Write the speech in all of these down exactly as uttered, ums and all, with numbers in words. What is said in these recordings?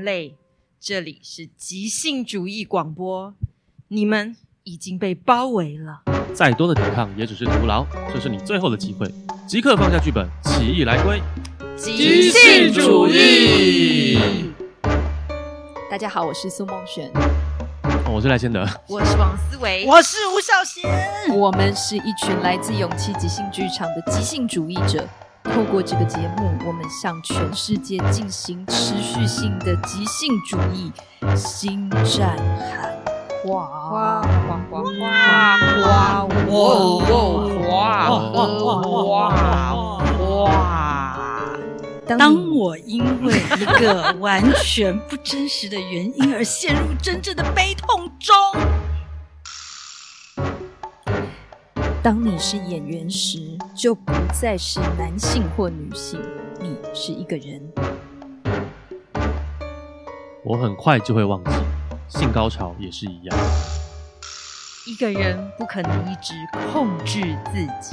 类，这里是即兴主义广播，你们已经被包围了， 再多的抵抗也只是徒劳，这是你最后的机会，即刻放下剧本，起义来归， 即兴主义。 大家好，我是苏梦璇、 哦、我是赖千德， 我是王思维， 我是吴小贤。 我们是一群来自勇气即兴剧场的即兴主义者，透过这个节目，我们向全世界进行持续性的即兴主义新战喊话， 哇哇哇哇哇哇哇哇！ 当我因为一个完全不真实的原因而陷入真正的悲痛中， 当你是演员时，就不再是男性或女性，你是一个人。 我很快就会忘记，性高潮也是一样。 一个人不可能一直控制自己。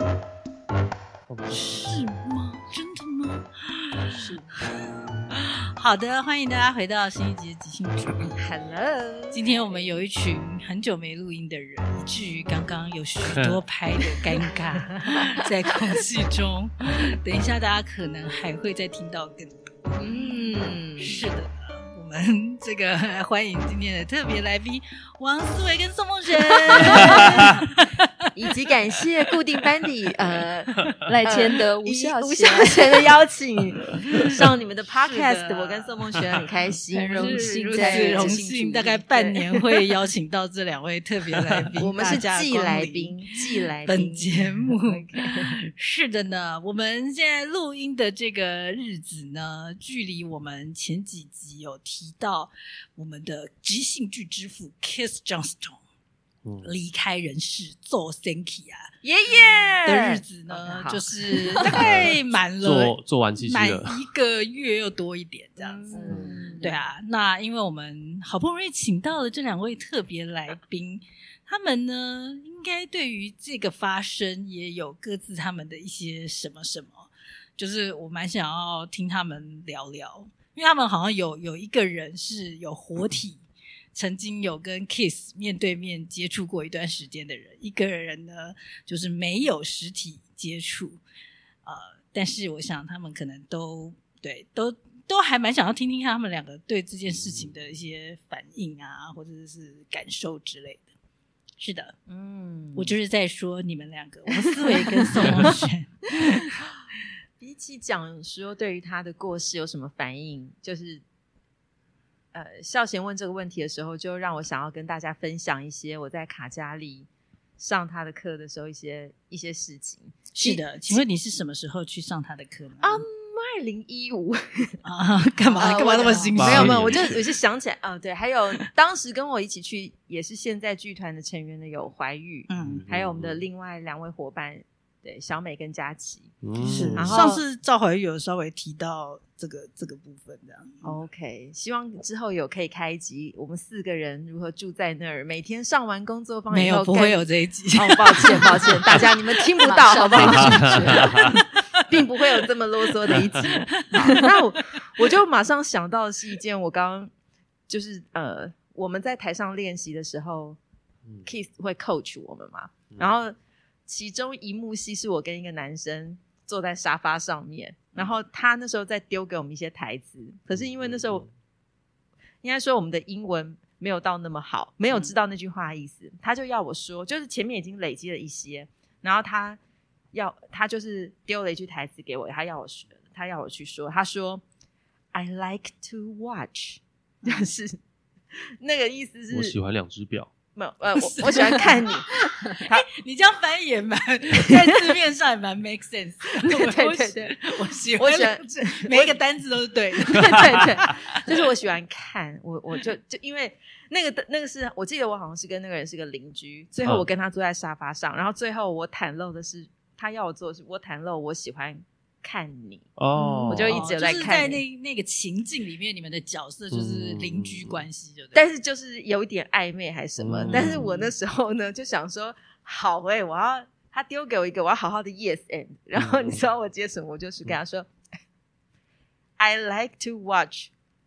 是吗？真的吗？是。好的，欢迎大家回到新一集的即兴主义。 Hello， 今天我们有一群很久没录音的人，以至于刚刚有许多拍的尴尬在空气中。等一下，大家可能还会再听到更多。 嗯， 是的。我们这个欢迎今天的特别来宾王思维跟宋梦璇， 以及感谢固定班底呃赖千德、吴孝吴贤孝贤的邀请上你们的 podcast， 我跟宋梦璇很开心， 很荣幸如在此荣幸，大概半年会邀请到这两位特别来宾， 我们是季来宾，季来宾本节目。 okay. 是的呢，我们现在录音的这个日子呢，距离我们前几集有提到我们的即兴剧之父 Keith Johnstone、嗯、离开人世做 Thank you 啊爷爷的日子呢， okay, 就是大概满了做做完七七了， 满一个月又多一点这样子、嗯、对啊，那因为我们好不容易请到了这两位特别来宾，他们呢应该对于这个发生也有各自他们的一些什么什么，就是我蛮想要听他们聊聊，因为他们好像有有一个人是有活体曾经有跟 Kiss 面对面接触过一段时间的人，一个人呢就是没有实体接触，呃，但是我想他们可能都对都都还蛮想要听听看他们两个对这件事情的一些反应啊，或者是感受之类的。是的，嗯，我就是在说你们两个，王思维跟宋梦璇。 比起讲说对于他的过世有什么反应，就是呃，孝贤问这个问题的时候，就让我想要跟大家分享一些我在卡加利上他的课的时候一些一些事情。 是的，请问你是什么时候去上他的课呢？ 啊、um, 二零一五啊，干嘛、uh, 干嘛那么兴奋？ 没有没有，我就我就想起来啊、哦，对，还有当时跟我一起去也是现在剧团的成员的有怀玉，嗯，还有我们的另外两位伙伴。对，小美跟佳琪、 嗯、是，然后上次赵怀玉有稍微提到这个这个部分这样。 OK， 希望之后有可以开一集，我们四个人如何住在那儿，每天上完工作坊以后， 没有不会有这一集。 哦，抱歉抱歉，大家你们听不到，好不好？并不会有这么啰嗦的一集。那 我, 我就马上想到的是一件，我刚刚就是呃，我们在台上练习的时候、嗯、，Keith 会 coach 我们嘛，嗯、然后。其中一幕戏是我跟一个男生坐在沙发上面，然后他那时候在丢给我们一些台词，可是因为那时候应该说我们的英文没有到那么好，没有知道那句话的意思，他就要我说，就是前面已经累积了一些，然后他要他就是丢了一句台词给我，他要我说，他要我去说，他说 I like to watch， 就是那个意思是我喜欢两只表。 没有，呃，我我喜欢看你。 欸、你这样翻译也蛮在字面上也蛮 make sense 的。 对对对对， 我喜欢，我喜欢每一个单字都是对的。 对对对，就是我喜欢看，我我就就因为那个那个是我记得我好像是跟那个人是个邻居，最后我跟他坐在沙发上，嗯、然后最后我袒露的是他要我做的是我袒露我喜欢。看你哦，我就一直有在看你， 就是在那那个情境里面，你们的角色就是邻居关系，对不对？ 但是就是有一点暧昧还是什么、嗯，但是我那时候呢就想说，好诶、欸，我要他丢给我一个，我要好好的 yes and， 然后你知道我接什么？我就是跟他说、嗯、，I like to watch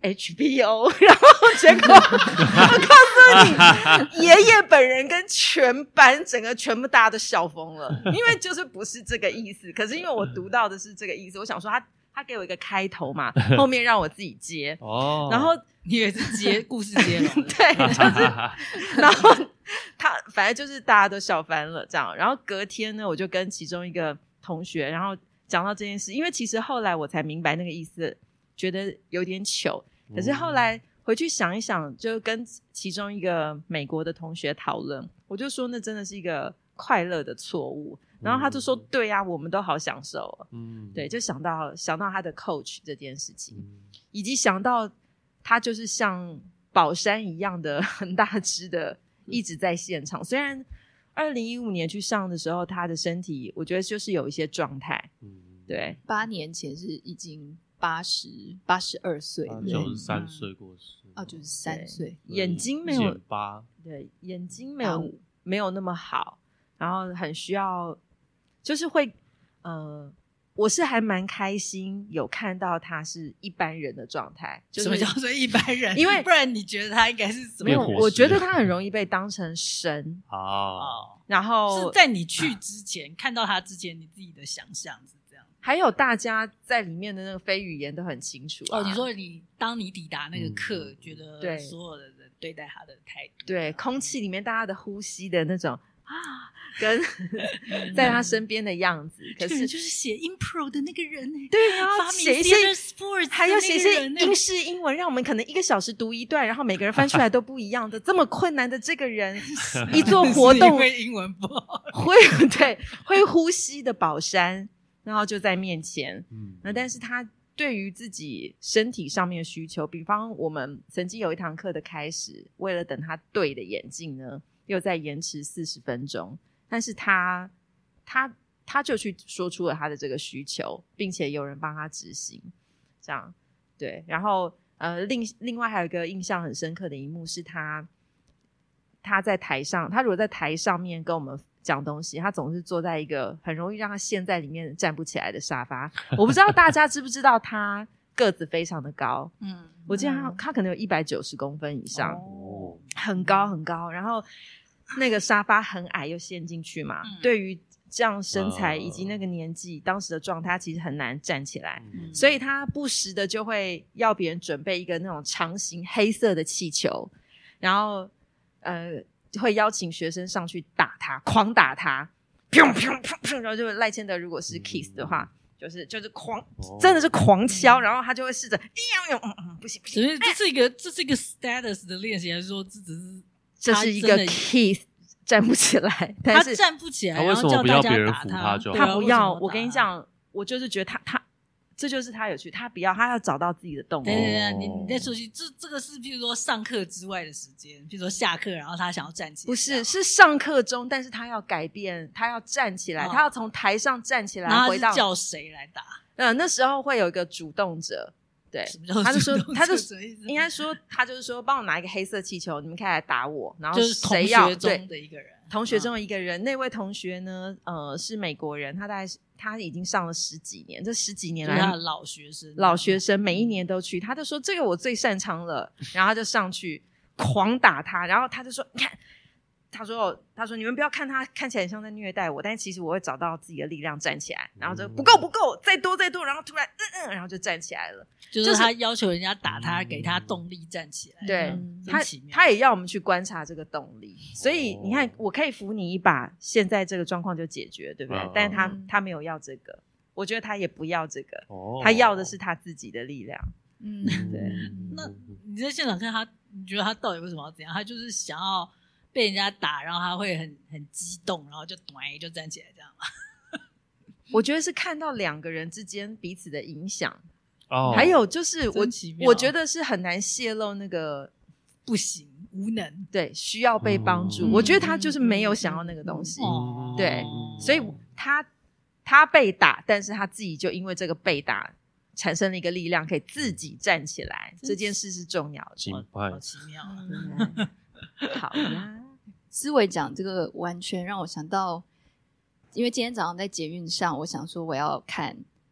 H B O， 然后结果我告诉你，爷爷本人跟全班整个全部大家都笑疯了，因为就是不是这个意思，可是因为我读到的是这个意思，我想说他他给我一个开头嘛，后面让我自己接，哦，然后你以为是接故事接龙， 对，就是然后他反正就是大家都笑翻了这样，然后隔天呢，我就跟其中一个同学，然后讲到这件事，因为其实后来我才明白那个意思，觉得有点糗。可是后来回去想一想，就跟其中一个美国的同学讨论，我就说那真的是一个快乐的错误，然后他就说对啊，我们都好享受啊，嗯，对，就想到想到他的 coach 这件事情，嗯，以及想到他就是像宝山一样的很大只的一直在现场，虽然二零一五年去上的时候他的身体我觉得就是有一些状态，嗯，对， 八年前是已经八十八十二岁， 九十三岁过世， 哦，九十三岁， 眼睛没有八， 对，眼睛没有没有那么好，然后很需要，就是会，呃，我是还蛮开心有看到他是一般人的状态，就是、 什么叫做一般人？ 因为不然你觉得他应该是怎么？ 没有，我觉得他很容易被当成神哦， 然后是在你去之前、啊、看到他之前，你自己的想象是。 还有大家在里面的那个非语言都很清楚、啊、 哦，你说你当你抵达那个课、嗯、觉得所有的人对待他的态度， 对，空气里面大家的呼吸的那种啊，跟在他身边的样子，可是就是写 impro 的那个人、欸、 对啊， 发明写一些 sports 还要写一些英式英文，让我们可能一个小时读一段，然后每个人翻出来都不一样的这么困难的这个人一做活动会英文不好会对会呼吸的宝山，然后就在面前，嗯，那但是他对于自己身体上面的需求，比方我们曾经有一堂课的开始，为了等他对的眼镜呢，又在延迟四十分钟，但是他他他就去说出了他的这个需求，并且有人帮他执行，这样对，然后呃，另另外还有一个印象很深刻的一幕是他他在台上，他如果在台上面跟我们讲东西，他总是坐在一个很容易让他陷在里面站不起来的沙发。我不知道大家知不知道他个子非常的高，嗯，我记得他、嗯、他可能有一百九十公分以上，哦，很高很高。然后那个沙发很矮又陷进去嘛，嗯，对于这样身材以及那个年纪，呃、当时的状态，他其实很难站起来，嗯，所以他不时的就会要别人准备一个那种长形黑色的气球，然后呃。会邀请学生上去打他，狂打他，砰砰砰砰，然后就赖千德如果是 Kiss 的话，就是就是狂，哦，真的是狂敲，然后他就会试着，嗯嗯，不行不行， 这是一个这是一个 status 的练习，还是说这只是这是一个 Kiss 站不起来，但是他站不起来， 他为什么不要别人扶他就好？ 他不要，我跟你讲，我就是觉得他他。这就是他有趣，他不要，他要找到自己的动力。 对对对，你你在说起这这个是，譬如说上课之外的时间，譬如说下课，然后他想要站起来， 不是是上课中，但是他要改变，他要站起来，哦，他要从台上站起来， 然后回到叫谁来打？ 嗯，那时候会有一个主动者，对，他就说，他就应该说，他就是说，帮我拿一个黑色气球，你们可以来打我，然后谁要就是同学中的一个人， 同学中的一个人，嗯，那位同学呢，呃，是美国人，他大概是。他已经上了十几年，这十几年来他的老学生， 老学生每一年都去，他就说这个我最擅长了，然后他就上去狂打他，然后他就说你看，他说他说你们不要看他看起来很像在虐待我，但是其实我会找到自己的力量站起来，然后就不够不够，再多再多，然后突然嗯嗯，然后就站起来了， 就是他要求人家打他，给他动力站起来， 对，嗯，他他也要我们去观察这个动力，所以你看我可以扶你一把，现在这个状况就解决，对不对？哦，但是他他没有要这个，我觉得他也不要这个，哦，他要的是他自己的力量。嗯，对。 那你在现场看他，你觉得他到底为什么要这样？他就是想要被人家打，然后他会很很激动，然后就咚就站起来这样吗？ 我觉得是看到两个人之间彼此的影响，哦，还有就是我我觉得是很难泄露那个不行无能， 对，需要被帮助，嗯，我觉得他就是没有想要那个东西，嗯，对，所以他他被打，但是他自己就因为这个被打产生了一个力量，可以自己站起来，这件事是重要的， 好奇妙， 嗯，好呀。 思维讲这个完全让我想到，因为今天早上在捷运上，我想说我要看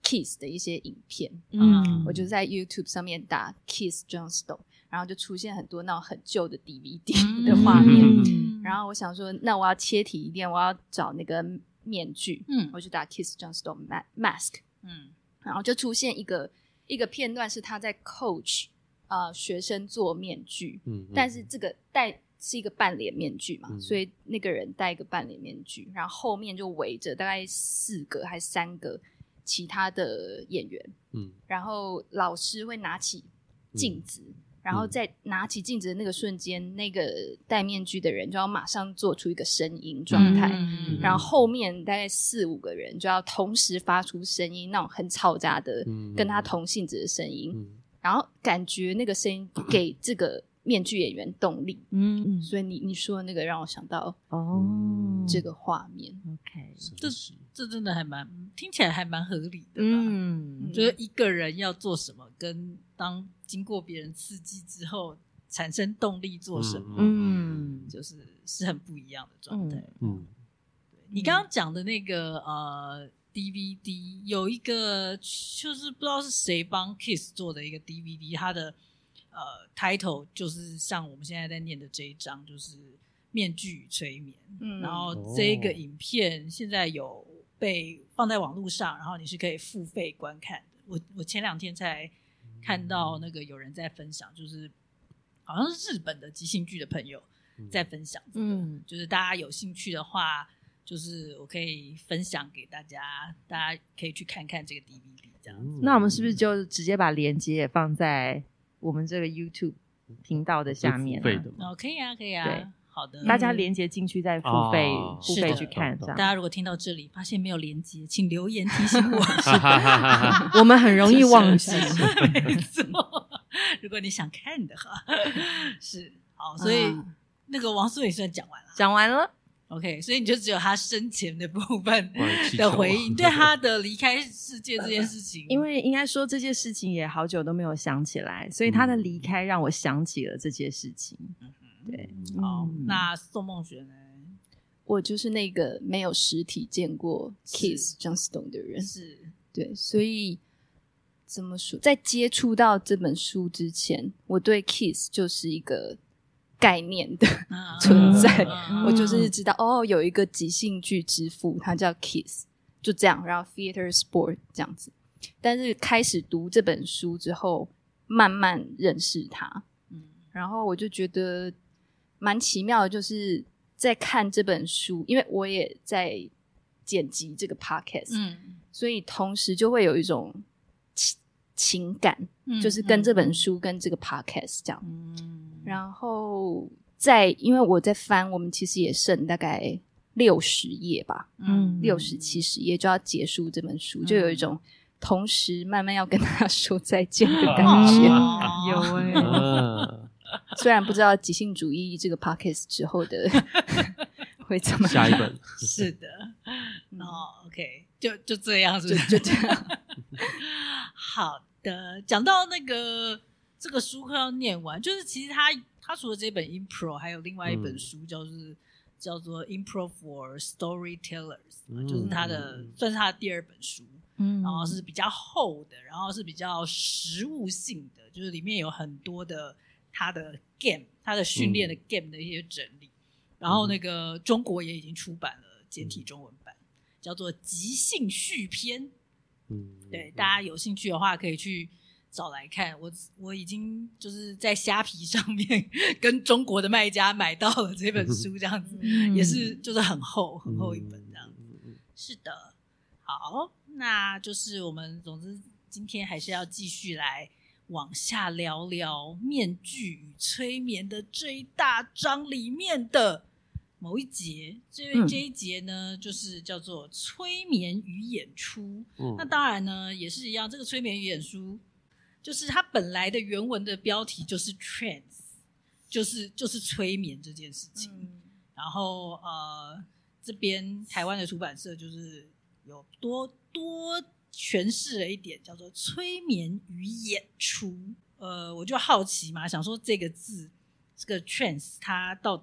Kiss 的一些影片， 嗯我就在 YouTube 上面打 Kiss Johnstone， 然后就出现很多那种很旧的 D V D 的画面， 嗯然后我想说那我要切题一点，我要找那个面具， 嗯我就打 Kiss Johnstone Mask， 嗯然后就出现一个一个片段是他在 coach 呃学生做面具， 嗯， 但是这个戴是一个半脸面具嘛， 嗯所以那个人戴一个半脸面具，然后后面就围着大概四个还三个其他的演员， 嗯然后老师会拿起镜子，嗯、然后在拿起镜子的那个瞬间，那个戴面具的人就要马上做出一个声音状态， 嗯、 然后后面大概四五个人就要同时发出声音，那种很嘈杂的、 嗯、 跟他同性质的声音、 嗯， 然后感觉那个声音给这个面具演员动力， 嗯， 所以你你说的那个让我想到哦这个画面。 OK， 这这真的还蛮听起来还蛮合理的吧， 嗯， 就是一个人要做什么，跟当经过别人刺激之后产生动力做什么， 嗯， 就是是很不一样的状态。 嗯， 你刚刚讲的那个呃 D V D 有一个就是不知道是谁帮 Kiss 做的一个 D V D， 它的呃 title 就是像我们现在在念的这一章，就是面具与催眠、嗯、然后这个影片现在有被放在网络上，然后你是可以付费观看的。我我前两天才看到那个有人在分享，就是好像是日本的即兴剧的朋友在分享、这个、嗯，就是大家有兴趣的话，就是我可以分享给大家，大家可以去看看这个 D V D 这样子。 那我们是不是就直接把连结也放在我们这个 YouTube 频道的下面、啊哦，可以啊可以啊，对，好的， 大家连结进去再付费、嗯、付费去看这样。 大家如果听到这里发现没有连结，请留言提醒我我们很容易忘记没错，如果你想看的话是好，所以、啊、那个王素也算讲完了讲完了 OK， 所以你就只有他生前的部分的回应，对他的离开世界这件事情。 因为应该说这件事情也好久都没有想起来，所以他的离开让我想起了这件事情。嗯、对， 好，嗯、那宋梦璇呢？ 我就是那个没有实体见过 Kiss Johnstone 的人， 是对，所以怎么说，在接触到这本书之前，我对 Kiss 就是一个概念的存在、嗯、我就是知道、嗯、哦，有一个即兴剧之父他叫 Kiss， 就这样，然后 Theater Sport 这样子。但是开始读这本书之后慢慢认识他、嗯、然后我就觉得蛮奇妙的，就是在看这本书，因为我也在剪辑这个 podcast、嗯、所以同时就会有一种情感、嗯、就是跟这本书、嗯、跟这个 podcast 这样、嗯然后在因为我在翻，我们其实也剩大概六十页吧，嗯，六十七十页就要结束这本书、嗯，就有一种同时慢慢要跟他说再见的感觉。 哦、有哎、欸， 虽然不知道即兴主义这个 podcast 之后的会怎么样， 下一本是的，哦 ，OK， 就就这样是不是， 就就这样。 好的，讲到那个。这个书快要念完，就是其实他他除了这本 Impro 还有另外一本书、嗯、叫做叫做 Impro for Storytellers、嗯、就是他的算是他的第二本书、嗯、然后是比较厚的，然后是比较实务性的，就是里面有很多的他的 game 他的训练的 game 的一些整理、嗯、然后那个中国也已经出版了简体中文版、嗯、叫做即兴续篇、嗯、对，大家有兴趣的话可以去找来看，我我已经就是在虾皮上面跟中国的卖家买到了这本书，这样子、嗯、也是就是很厚很厚一本这样子、嗯、是的。好，那就是我们总之今天还是要继续来往下聊聊面具与催眠的这一大章里面的某一节，这这一节呢、嗯、就是叫做催眠与演出、嗯、那当然呢也是一样，这个催眠与演出就是它本来的原文的标题就是 trance， 就是就是催眠这件事情、嗯、然后呃这边台湾的出版社就是有多多诠释了一点叫做催眠与演出。呃我就好奇嘛，想说这个字这个 trance 它到底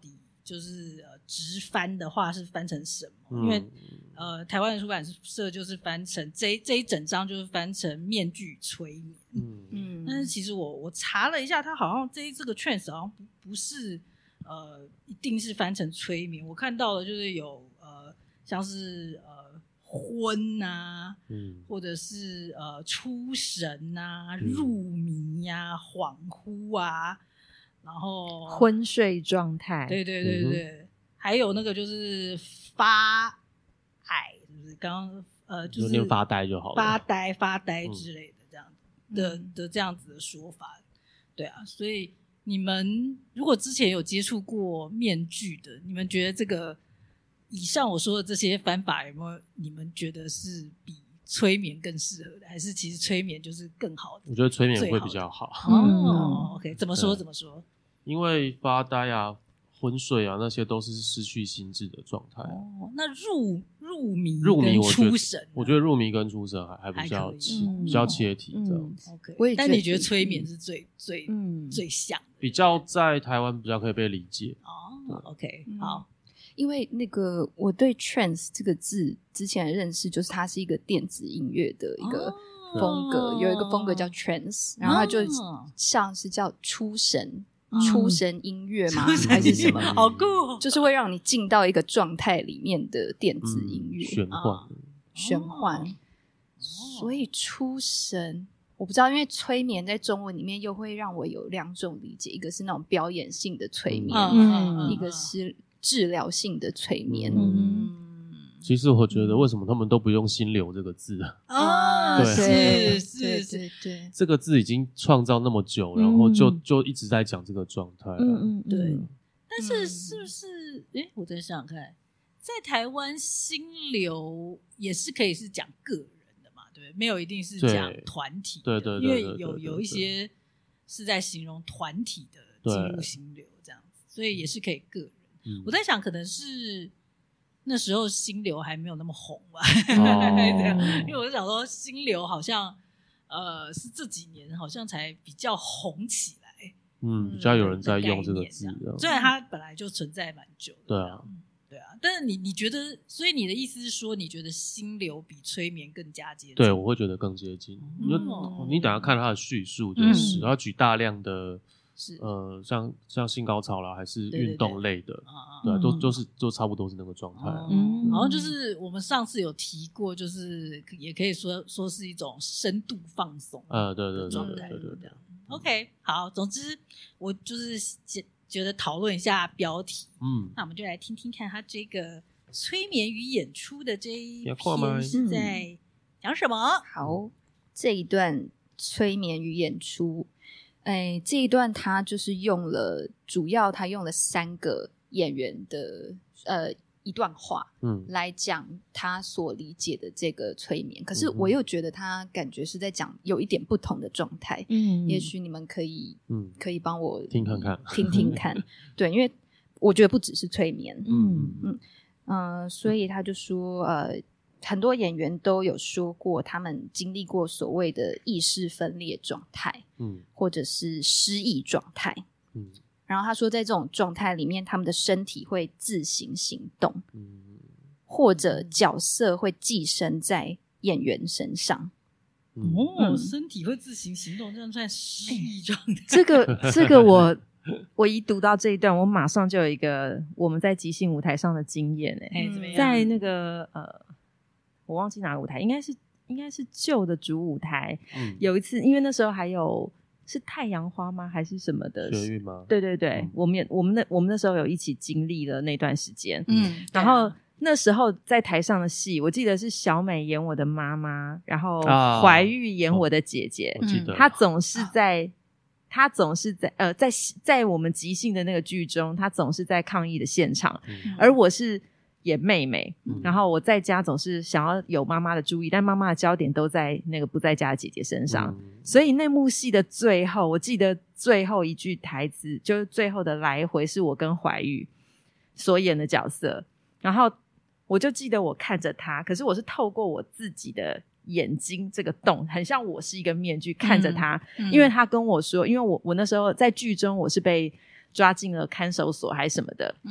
就是呃直翻的话是翻成什么？ 嗯、 因为呃台湾的出版社就是翻成这这一整章就是翻成面具催眠。 嗯嗯， 但是其实我我查了一下，它好像这这个 trance 好像不不是呃一定是翻成催眠，我看到的就是有呃像是呃昏啊， 嗯， 或者是呃出神啊、 嗯、 入迷呀、啊、恍惚啊，然后昏睡状态， 对对对对、嗯，还有那个就是发矮，是不是？刚刚呃就是念发呆就好了， 发呆发呆之类的。嗯的嗯、 的这样子的说法，对啊，所以你们如果之前有接触过面具的，你们觉得这个以上我说的这些方法有没有你们觉得是比催眠更适合的，还是其实催眠就是更好的？ 我觉得催眠会比较好。 哦、嗯、，OK， 怎么说怎么说？ 因为发呆啊、昏睡啊，那些都是失去心智的状态、啊。 哦，那入入迷、 入迷跟出神、啊， 我觉得入迷跟出神还还比较嗯、 比较切题这样子。 嗯、OK， 我也但你觉得催眠是最、嗯、最嗯最像的， 比较在台湾比较可以被理解。 哦 ，OK，、嗯、好。 因为那个我对 trance 这个字之前的认识就是它是一个电子音乐的一个风格、哦、有一个风格叫 trance、哦、然后它就像是叫出神、嗯、出神音乐吗、嗯、还是什么好酷、哦、 就是会让你进到一个状态里面的电子音乐、 嗯、玄幻玄幻、哦、所以出神我不知道，因为催眠在中文里面又会让我有两种理解，一个是那种表演性的催眠、嗯、一个是治疗性的催眠。 嗯，其实我觉得为什么他们都不用心流这个字啊？ 对， 是是是，对对， 这个字已经创造那么久，然后就就一直在讲这个状态。 嗯嗯， 对。但是是不是？诶，我再想想看，在台湾心流也是可以是讲个人的嘛？对不对？没有一定是讲团体的， 对对对， 因为有有一些是在形容团体的进入心流这样子，所以也是可以个人。嗯、我在想，可能是那时候心流还没有那么红吧，哦、因为我就想说，心流好像呃是这几年好像才比较红起来， 嗯，比较有人在用这个字， 虽然它本来就存在蛮久的， 对啊， 对啊，但是你你觉得，所以你的意思是说，你觉得心流比催眠更加接近？ 对，我会觉得更接近，因为、嗯、你等一下看他的叙述，就是他、嗯、举大量的。 是呃，像像性高潮啦，还是运动类的， 对, 对, 对, 对、啊嗯，都都是都差不多是那个状态、啊。 嗯，好像就是我们上次有提过，就是也可以说说是一种深度放松， 呃，对对对状态， 对对 对, 对, 对。 OK， 好，总之我就是觉得讨论一下标题， 嗯， 那我们就来听听看他这个催眠与演出的这一篇是在讲什么。 好，这一段催眠与演出。哎，这一段他就是用了，主要他用了三个演员的呃一段话，嗯，来讲他所理解的这个催眠。可是我又觉得他感觉是在讲有一点不同的状态，嗯，也许你们可以，嗯，可以帮我听看看， 听听看，对，因为我觉得不只是催眠， 嗯嗯嗯、呃，所以他就说，呃。很多演员都有说过他们经历过所谓的意识分裂状态，嗯，或者是失忆状态，嗯，然后他说在这种状态里面他们的身体会自行行动，嗯，或者角色会寄生在演员身上， 嗯、哦，身体会自行行动，这样算失忆状态、欸、 这个这个我我一读到这一段我马上就有一个我们在即兴舞台上的经验、欸欸、怎么样？ 在那个呃我忘记哪个舞台，应该是应该是旧的主舞台、嗯、有一次因为那时候还有是太阳花吗还是什么的学运吗？ 对对对、嗯、我们我们那我们那时候有一起经历了那段时间， 嗯， 然后那时候在台上的戏我记得是小美演我的妈妈，然后怀玉演我的姐姐、 啊哦、我记得她总是在她总是在呃在在我们即兴的那个剧中她总是在抗议的现场、嗯、而我是演妹妹、嗯、然后我在家总是想要有妈妈的注意，但妈妈的焦点都在那个不在家的姐姐身上、嗯、所以那幕戏的最后我记得最后一句台词就是最后的来回是我跟怀玉所演的角色，然后我就记得我看着她，可是我是透过我自己的眼睛这个洞很像我是一个面具看着她、嗯嗯、因为她跟我说因为我我那时候在剧中我是被抓进了看守所还是什么的，嗯，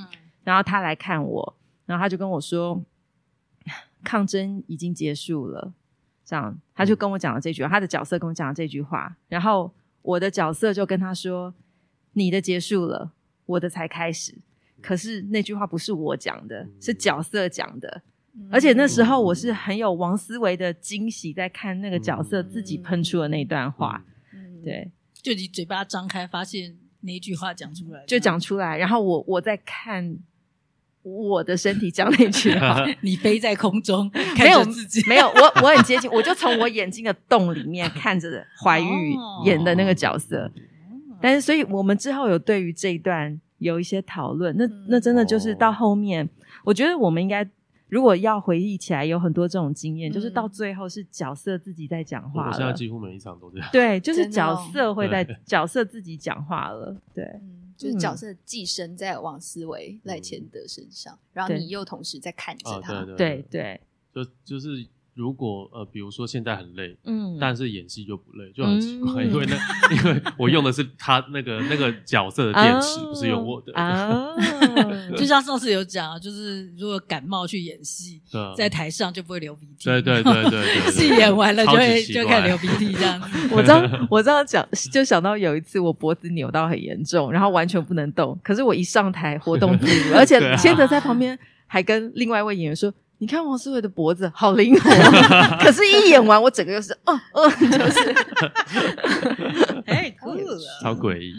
然后他来看我，然后他就跟我说抗争已经结束了，这样他就跟我讲了这句话，他的角色跟我讲了这句话，然后我的角色就跟他说你的结束了，我的才开始。可是那句话不是我讲的，是角色讲的，而且那时候我是很有王思维的惊喜，在看那个角色自己喷出的那段话，对， 就你嘴巴张开发现那句话讲出来就讲出来，然后我我在看我的身体讲那句话你飞在空中没有看着自己没有我我很接近，我就从我眼睛的洞里面看着怀玉演的那个角色、哦、但是所以我们之后有对于这一段有一些讨论，那那真的就是到后面、哦、我觉得我们应该如果要回忆起来有很多这种经验、嗯、就是到最后是角色自己在讲话了， 我现在几乎每一场都这样， 对，就是角色会在角色自己讲话了，对、 嗯，就是角色寄生在王思维赖千德身上、嗯、然后你又同时在看着他、 啊、对对对, 对, 对就就是如果呃，比如说现在很累， 嗯， 但是演戏就不累，就很奇怪，嗯、因为那因为我用的是他那个那个角色的电池，哦、不是用我的啊。 就像上次有讲，就是如果感冒去演戏，在台上就不会流鼻涕， 对对对对对， 戏演完了就会就开始流鼻涕这样子。 我这样我这样讲，就想到有一次我脖子扭到很严重，然后完全不能动，可是我一上台活动自如，而且千德在旁边还跟另外一位演员说。你看王思维的脖子好灵活可是一演完我整个就是哦哦就是太酷了， 超诡异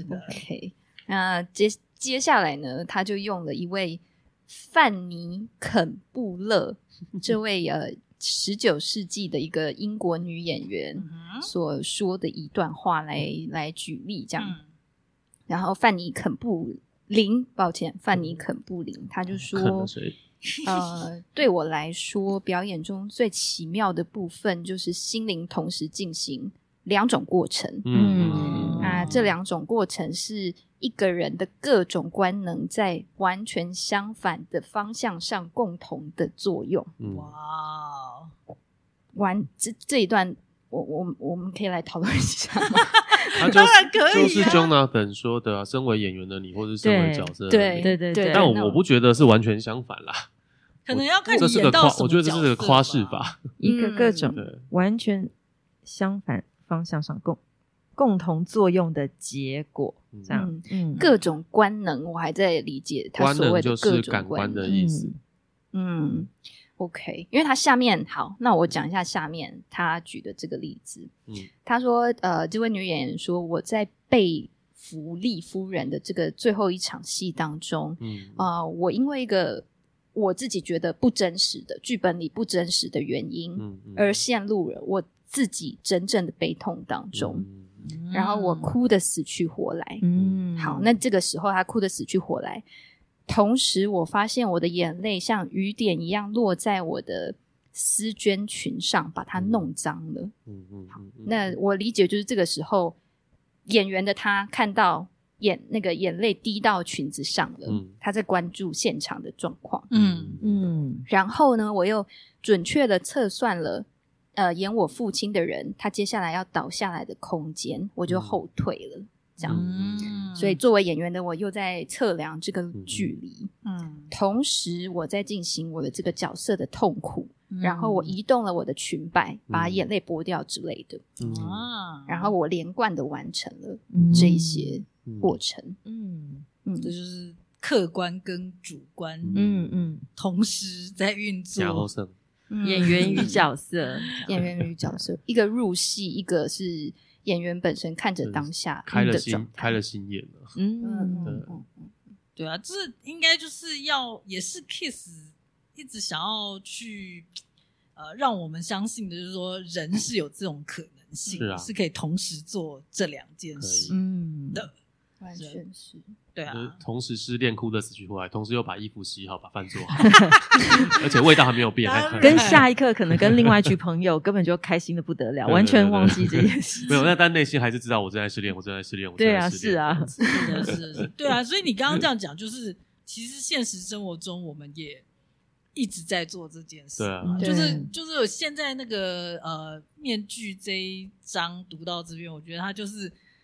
OK 那接接下来呢他就用了一位范妮肯布勒这位呃十九世纪的一个英国女演员所说的一段话来来举例这样、嗯、然后范妮肯布林抱歉范妮肯布林他就说呃，对我来说表演中最奇妙的部分就是心灵同时进行两种过程，嗯啊，这两种过程是一个人的各种官能在完全相反的方向上共同的作用。哇、嗯，完这这一段我我我们可以来讨论一下吗？ 他就当然可以、啊、就是 Jonathan 说的、啊、身为演员的你或是身为角色的对对对对， 但 我, 我不觉得是完全相反啦， 可能要看你演到什么角色吧， 我觉得这是个夸饰法， 一个各种完全相反方向上共共同作用的结果，这样、 嗯嗯、各种官能我还在理解他所谓的各种官能， 就是感官的意思。 嗯, 嗯 OK 因为他下面好，那我讲一下下面他举的这个例子、嗯、他说呃，这位女演员说我在被弗利夫人的这个最后一场戏当中、嗯呃、我因为一个我自己觉得不真实的剧本里不真实的原因、嗯嗯、而陷入了我自己真正的悲痛当中、嗯、然后我哭得死去活来、嗯、好，那这个时候他哭得死去活来，同时我发现我的眼泪像雨点一样落在我的丝绢裙上，把它弄脏了、嗯嗯、好，那我理解就是这个时候演员的他看到眼那个眼泪滴到裙子上了、嗯、他在关注现场的状况，嗯嗯，然后呢我又准确的测算了呃演我父亲的人他接下来要倒下来的空间，我就后退了、嗯这样、嗯、所以作为演员的我又在测量这个距离，嗯，同时我在进行我的这个角色的痛苦、嗯、然后我移动了我的裙摆、嗯、把眼泪拨掉之类的、嗯、然后我连贯的完成了这一些过程， 嗯嗯，这就是客观跟主观嗯嗯同时在运作， 嗯、演员与角色演员与角色一个入戏，一个是演员本身看着当下开了心开了心眼了， 嗯嗯嗯，对啊，这应该就是要也是 Kiss 一直想要去呃让我们相信的，就是说人是有这种可能性，是、啊、是可以同时做这两件事的， 完全是对啊，就是同时失恋哭得死去活来，同时又把衣服洗好把饭做好而且味道还没有变跟下一刻可能跟另外一群朋友根本就开心的不得了完全忘记这件事没有，但内心还是知道我正在失恋我正在失恋我正在失恋， 对啊是啊是是对啊，所以你刚刚这样讲就是其实现实生活中我们也一直在做这件事， 对啊， 就是就是现在那个呃面具这一章读到这边，我觉得它就是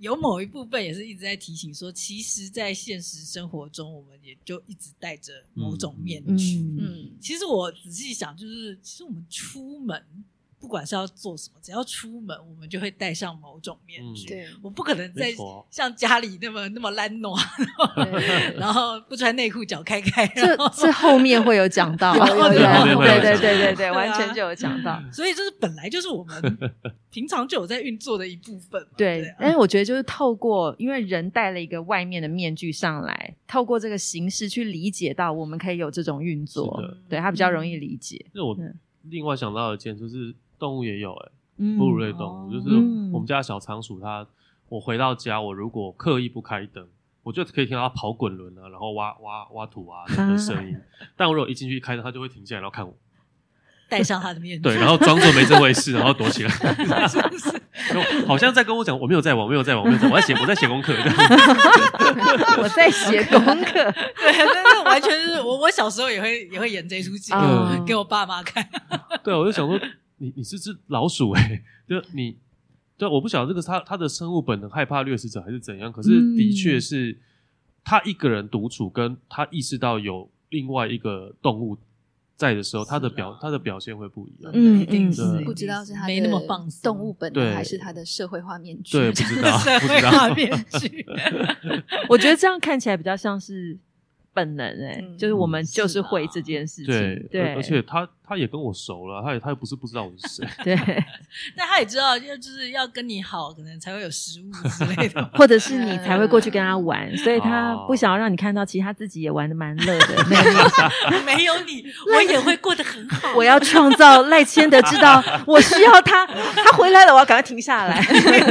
有某一部分也是一直在提醒说，其实在现实生活中我们也就一直戴着某种面具。 嗯嗯，其实我仔细想，就是其实我们出门不管是要做什么，只要出门我们就会戴上某种面具。 嗯、对， 我不可能在没错像家里那么那么懒惰，然后不穿内裤脚开开。 这这后面会有讲到， 有有有对对对对对，完全就有讲到。 所以这是本来就是我们平常就有在运作的一部分嘛。 对， 对啊， 但是我觉得就是透过，因为人戴了一个外面的面具上来，透过这个形式去理解到我们可以有这种运作，对，它比较容易理解。 那我另外想到一件就是动物也有哎、欸。 嗯哺乳类动物、哦、就是我们家的小仓鼠，它我回到家，我如果刻意不开灯，我就可以听到它跑滚轮啊，然后挖挖挖土啊的声音。啊、但我如果一进去开灯，它就会停下来，然后看我， 戴上它的面具， 对，然后装作没这回事，然后躲起来，好像在跟我讲，我没有在玩，我没有在玩，我没有在玩，我在写，我在写功课， 我在写功课， 对，那完全是我，我小时候也会也会演这出戏、嗯，给我爸妈看。 对，我就想说。你你是只老鼠哎、欸，就你，对，我不晓得这个它它的生物本能害怕掠食者还是怎样，可是的确是他一个人独处，跟他意识到有另外一个动物在的时候，他的表他的表现会不一样。 嗯，一定是不知道是他的动物本能还是他的社会化面具。 对，不知道社会化面具。 我觉得这样看起来比较像是本能哎、欸嗯，就是我们就是会这件事情。 对， 对， 而且他他也跟我熟了，他也他也不是不知道我是谁。 对， 但他也知道，就是要跟你好，可能才会有食物之类的， 或者是你才会过去跟他玩，所以他不想要让你看到，其实他自己也玩得蛮乐的。没有没有你，我也会过得很好。 我要创造赖千德知道我需要他，他回来了，我要赶快停下来。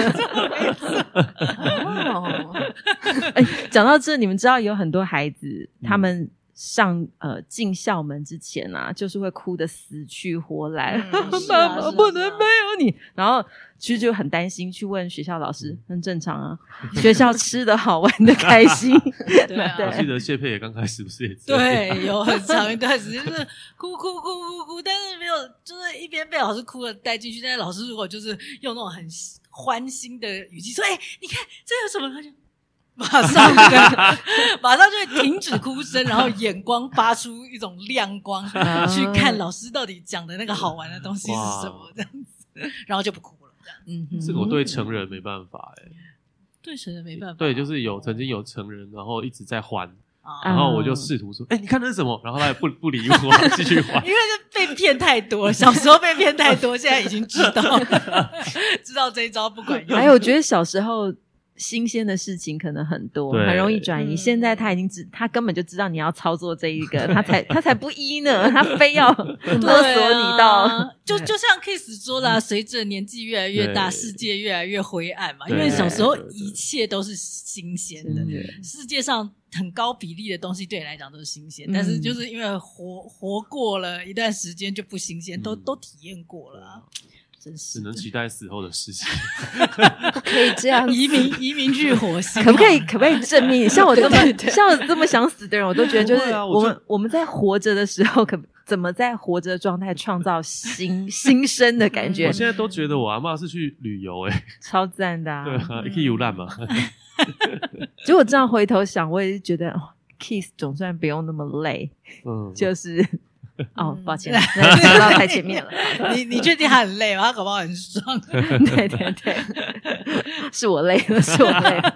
哦，哎，讲到这，你们知道有很多孩子，他们上呃进校门之前啊，就是会哭得死去活来， 嗯、 爸爸不能没有你，然后其实就很担心，去问学校老师，很正常啊，学校吃的好玩的开心。 对啊， 我记得谢佩也刚开始不是也这样， 对，有很长一段时间就是哭哭哭哭哭，但是没有，就是一边被老师哭了带进去，但是老师如果就是用那种很欢欣的语气说：“哎、欸，你看这有什么？”他就马上马上就会停止哭声，然后眼光发出一种亮光，去看老师到底讲的那个好玩的东西是什么，这样子，然后就不哭了。这样， 嗯， 这个我对成人没办法哎、欸， 对成人没办法， 对，就是有曾经有成人，然后一直在还。 啊、 然后我就试图说：“哎、欸，你看那是什么？”然后他也不不理我，继续还。 因为是被骗太多了，小时候被骗太多，现在已经知道了知道这一招不管用。 还有，我觉得小时候新鲜的事情可能很多，很容易转移。嗯、现在他已经知，他根本就知道你要操作这一个，他才他才不依呢，他非要勒索你到。 啊、就就像 Kiss 说的、啊，随着年纪越来越大，世界越来越灰暗嘛。因为小时候一切都是新鲜的，世界上很高比例的东西对你来讲都是新鲜，嗯、但是就是因为活活过了一段时间就不新鲜，嗯、都都体验过了、啊。真是只能期待死后的事情， 不可以这样移民移民去火星， 可不可以可不可以正面？像我这么像我这么想死的人，我都觉得就是我们、啊、我, 我们在活着的时候，可怎么在活着的状态创造新新生的感觉？ 我现在都觉得我阿嬷是去旅游、欸，哎， 超赞的、啊， 对啊，可以游览嘛。 结果这样回头想，我也是觉得、哦、，Kiss 总算不用那么累，嗯，就是。哦，抱歉，说到太前面了。 你你确定他很累吗？他搞不好很爽。 对对对，是我累了，是我累了。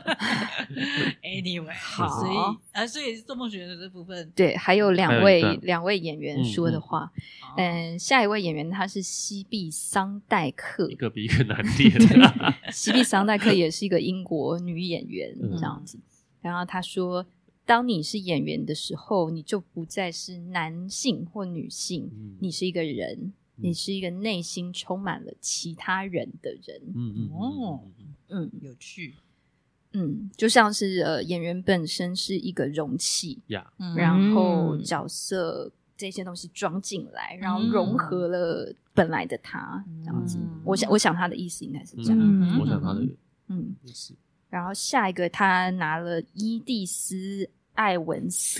Anyway， 好，所以啊，所以做梦学的这部分， 对，还有两位两位演员说的话。嗯, 嗯，下一位演员他是西碧桑代克， 一个比一个难念。 西碧桑代克也是一个英国女演员，这样子。然后他说。当你是演员的时候，你就不再是男性或女性，嗯、你是一个人、嗯，你是一个内心充满了其他人的人。 嗯嗯哦，嗯，有趣。 嗯，就像是呃，演员本身是一个容器， yeah. 然后角色这些东西装进来，然后融合了本来的他，嗯、这样子。我想，我想他的意思应该是这样。 嗯、我想他的嗯意思。然后下一个他拿了伊蒂丝艾文斯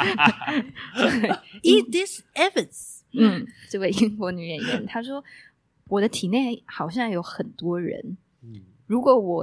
Edith Evans， 嗯，这位英国女演员，她说我的体内好像有很多人， 嗯、 如果我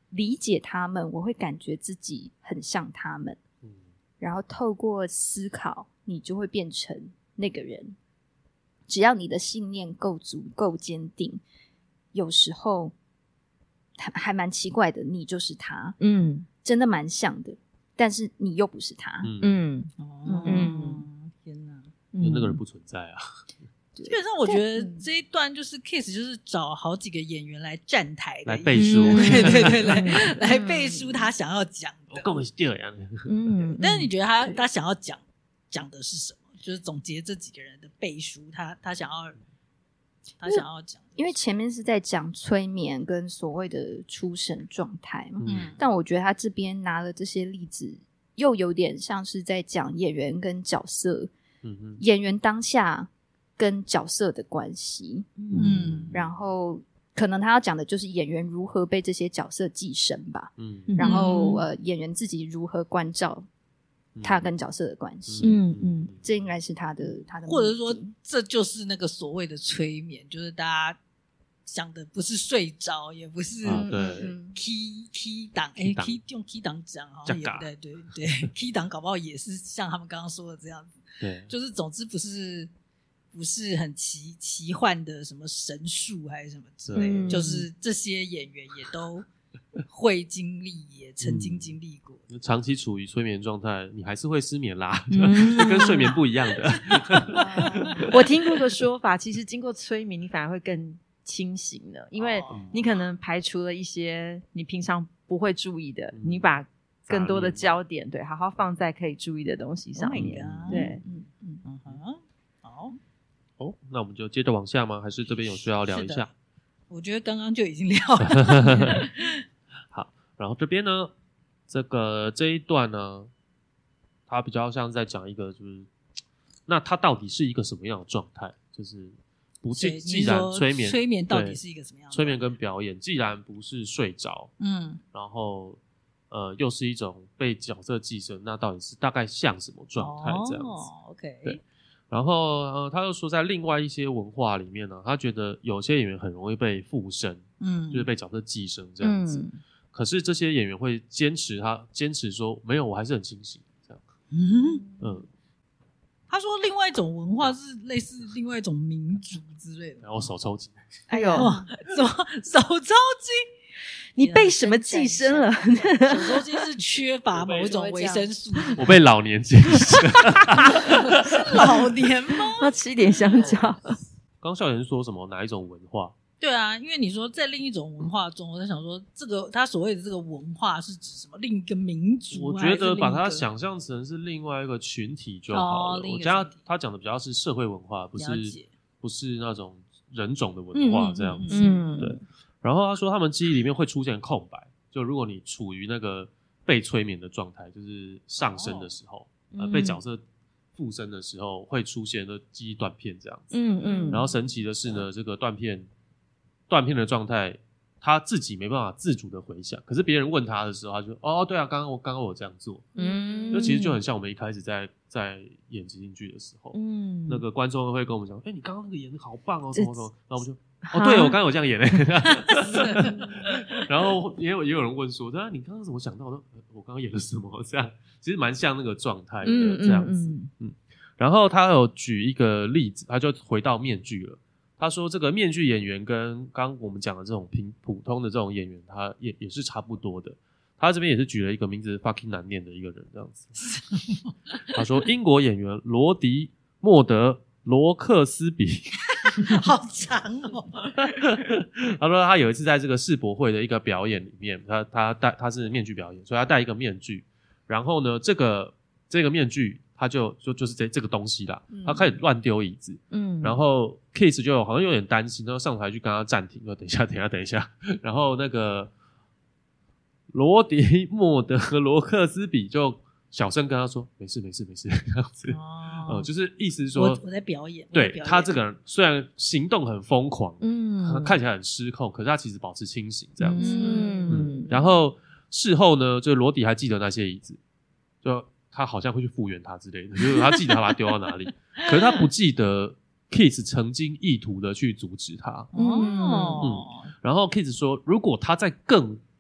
理解他们，我会感觉自己很像他们， 嗯， 然后透过思考，你就会变成那个人。只要你的信念够足、够坚定，有时候还还蛮奇怪的，你就是他， 嗯真的蛮像的，但是你又不是他。 嗯嗯哦， 嗯天哪！ 因为那个人不存在啊。 基本上我觉得这一段就是 Kiss 就是找好几个演员来站台的来背书， 嗯对对对，来来背书他想要讲的。 我跟我是这样。 嗯， 但是你觉得他他想要讲讲的是什么？就是总结这几个人的背书，他他想要他想要讲， 因为前面是在讲催眠跟所谓的出神状态嘛， 嗯但我觉得他这边拿了这些例子，又有点像是在讲演员跟角色， 嗯哼， 演员当下跟角色的关系， 嗯， 然后可能他要讲的就是演员如何被这些角色寄生吧， 嗯然后呃，演员自己如何关照他跟角色的关系， 嗯嗯这应该是他的他的目的， 或者说这就是那个所谓的催眠，就是大家想的不是睡着，也不是啊对嗯 key key 档，哎 key 档 ，key 用 key 档讲好像也不对，对对，key 档搞不好也是像他们刚刚说的这样子， 对， 就是总之不是不是很奇奇幻的什么神术还是什么之类的， 嗯就是这些演员也都会经历，也曾经经历过。 长期处于催眠状态，你还是会失眠啦， 嗯这跟睡眠不一样的。 我听过个说法，其实经过催眠，你反而会更清醒的，因为你可能排除了一些你平常不会注意的， 嗯你把更多的焦点对好好放在可以注意的东西上 Oh my 面。 God 对， 嗯嗯嗯哼，好， 哦，那我们就接着往下吗？还是这边有需要聊一是的下？ 我觉得刚刚就已经聊了。 好，然后这边呢，这个这一段呢，它比较像在讲一个，就是那它到底是一个什么样的状态？就是不所以既既然你是说催眠， 催眠到底对是一个什么样的催眠跟表演，既然不是睡着， 嗯然后呃又是一种被角色寄生，那到底是大概像什么状态这样子？ 哦，OK， 对然后呃，他又说在另外一些文化里面呢，他觉得有些演员很容易被附身， 嗯， 就是被角色寄生这样子。 嗯可是这些演员会坚持他坚持说没有，我还是很清醒这样。 嗯， 嗯， 他说另外一种文化是类似另外一种民族之类的。 然后手抽筋， 哎呦， 哇，什么手抽筋？ 你被什么寄生了？ 手抽筋是缺乏某一种维生素， 我被老年寄生。 老年吗？ 要吃一点香蕉。 刚校园说什么哪一种文化？ 对啊，因为你说在另一种文化中，我在想说，这个他所谓的这个文化是指什么？另一个民族？ 我觉得把它还是想象成是另外一个群体就好了。 哦另一个我觉得群体他讲的比较是社会文化，不是了解不是那种人种的文化嗯这样子。 嗯对。然后他说他们记忆里面会出现空白，就如果你处于那个被催眠的状态，就是上升的时候， 哦呃，被角色附身的时候会出现的记忆断片这样子。 嗯嗯， 然后神奇的是呢，这个断片断片的状态，他自己没办法自主的回想，可是别人问他的时候，他就哦，对啊，刚刚我刚刚我这样做， 嗯， 就其实就很像我们一开始在在演即兴剧的时候， 嗯那个观众会跟我们讲，哎、你刚刚那个演的好棒哦， 这什么什么，然后我们就。哦，对，我刚刚有这样演嘞，然后也有也有人问说，对啊，你刚刚怎么想到的？我刚刚演了什么？这样其实蛮像那个状态的， 嗯这样子。 嗯嗯，然后他有举一个例子，他就回到面具了。他说这个面具演员跟刚刚我们讲的这种平普通的这种演员，他也也是差不多的。他这边也是举了一个名字 fucking 难念的一个人，这样子。他说英国演员罗迪莫德罗克斯比。 好长哦。 他说他有一次在这个世博会的一个表演里面，他他戴他是面具表演，所以他戴一个面具，然后呢，这个这个面具他就就就是这这个东西啦，他开始乱丢椅子， 嗯， 然后 Kiss 就好像有点担心，然后上台去跟他暂停，说等一下，等一下，等一下，然后那个罗迪莫德和罗克斯比就小声跟他说：“没事，没事，没事。”这样子， 哦呃，就是意思是说， 我我在表演，我在对表演他这个人虽然行动很疯狂， 嗯看起来很失控，可是他其实保持清醒这样子。 嗯， 然后事后呢，就罗迪还记得那些椅子，就他好像会去复原它之类的，就是他记得他把它丢到哪里，可是他不记得 Kiss 曾经意图的去阻止他。 哦， 然后 Kiss 说，如果他再更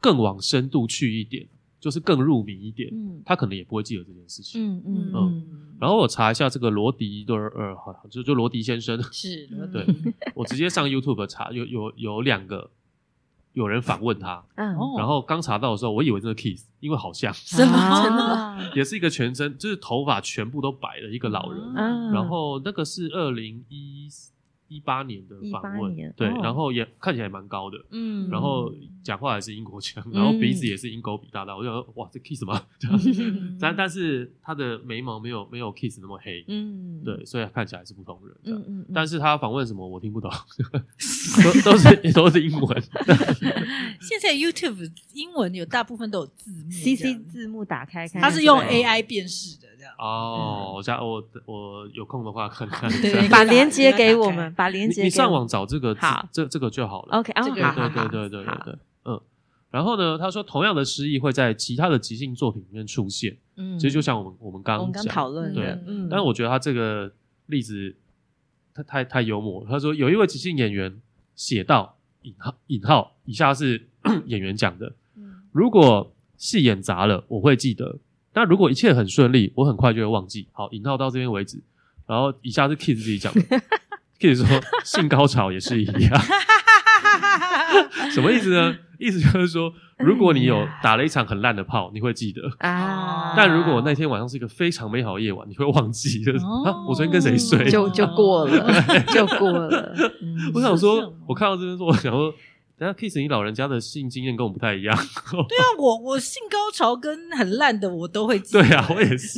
更往深度去一点，就是更入迷一点， 嗯他可能也不会记得这件事情。 嗯嗯嗯嗯， 然后我查一下这个罗迪的呃，好就就罗迪先生， 是， 对我直接上 YouTube 查，有有有两个有人访问他， 嗯哦然后刚查到的时候，我以为这是 Kiss， 因为好像什么啊真的吗？ 也是一个全身就是头发全部都白的一个老人， 嗯然后那个是二零一一八年的访一八问，对， 年哦然后也看起来蛮高的， 嗯然后讲话也是英国腔，然后鼻子也是鹰钩鼻大大，我就想说哇，这 Kiss 吗？这样嗯但但是他的眉毛没有没有 Kiss 那么黑， 嗯对，所以看起来是不同人这样。 嗯嗯， 但是他访问什么我听不懂，都都是都是英文。 现在 YouTube 英文有大部分都有字幕 C 这 C 样字幕打开看， 它是用对 A I 辨识的这样。 哦，我下我我有空的话看看一对下。 把链接给我们，把链你接给我们你上网找这个字好这这个就好了。 OK，哦， 这个好好好， 对对对对对好对，嗯。然后呢，他说同样的诗意会在其他的即兴作品里面出现， 嗯其实就像我们我们刚我们刚讲讨论对的，嗯， 但是我觉得他这个例子他太太幽默了。他说有一位即兴演员写到引号引号以下是演员讲的，如果戏演砸了，我会记得；但如果一切很顺利，我很快就会忘记。好，引号到这边为止。然后以下是 Kiss 自己讲的，Kiss 说性高潮也是一样，什么意思呢？意思就是说，如果你有打了一场很烂的炮，你会记得。 啊， 但如果那天晚上是一个非常美好的夜晚，你会忘记，就是、 哦啊，我昨天跟谁睡？ 就就过了，就过了。嗯我想说是这样， 我看到这边说，我想说，等一下 Kiss 你老人家的性经验跟我们不太一样。 对啊，我我性高潮跟很烂的我都会记得。 对啊，我也是，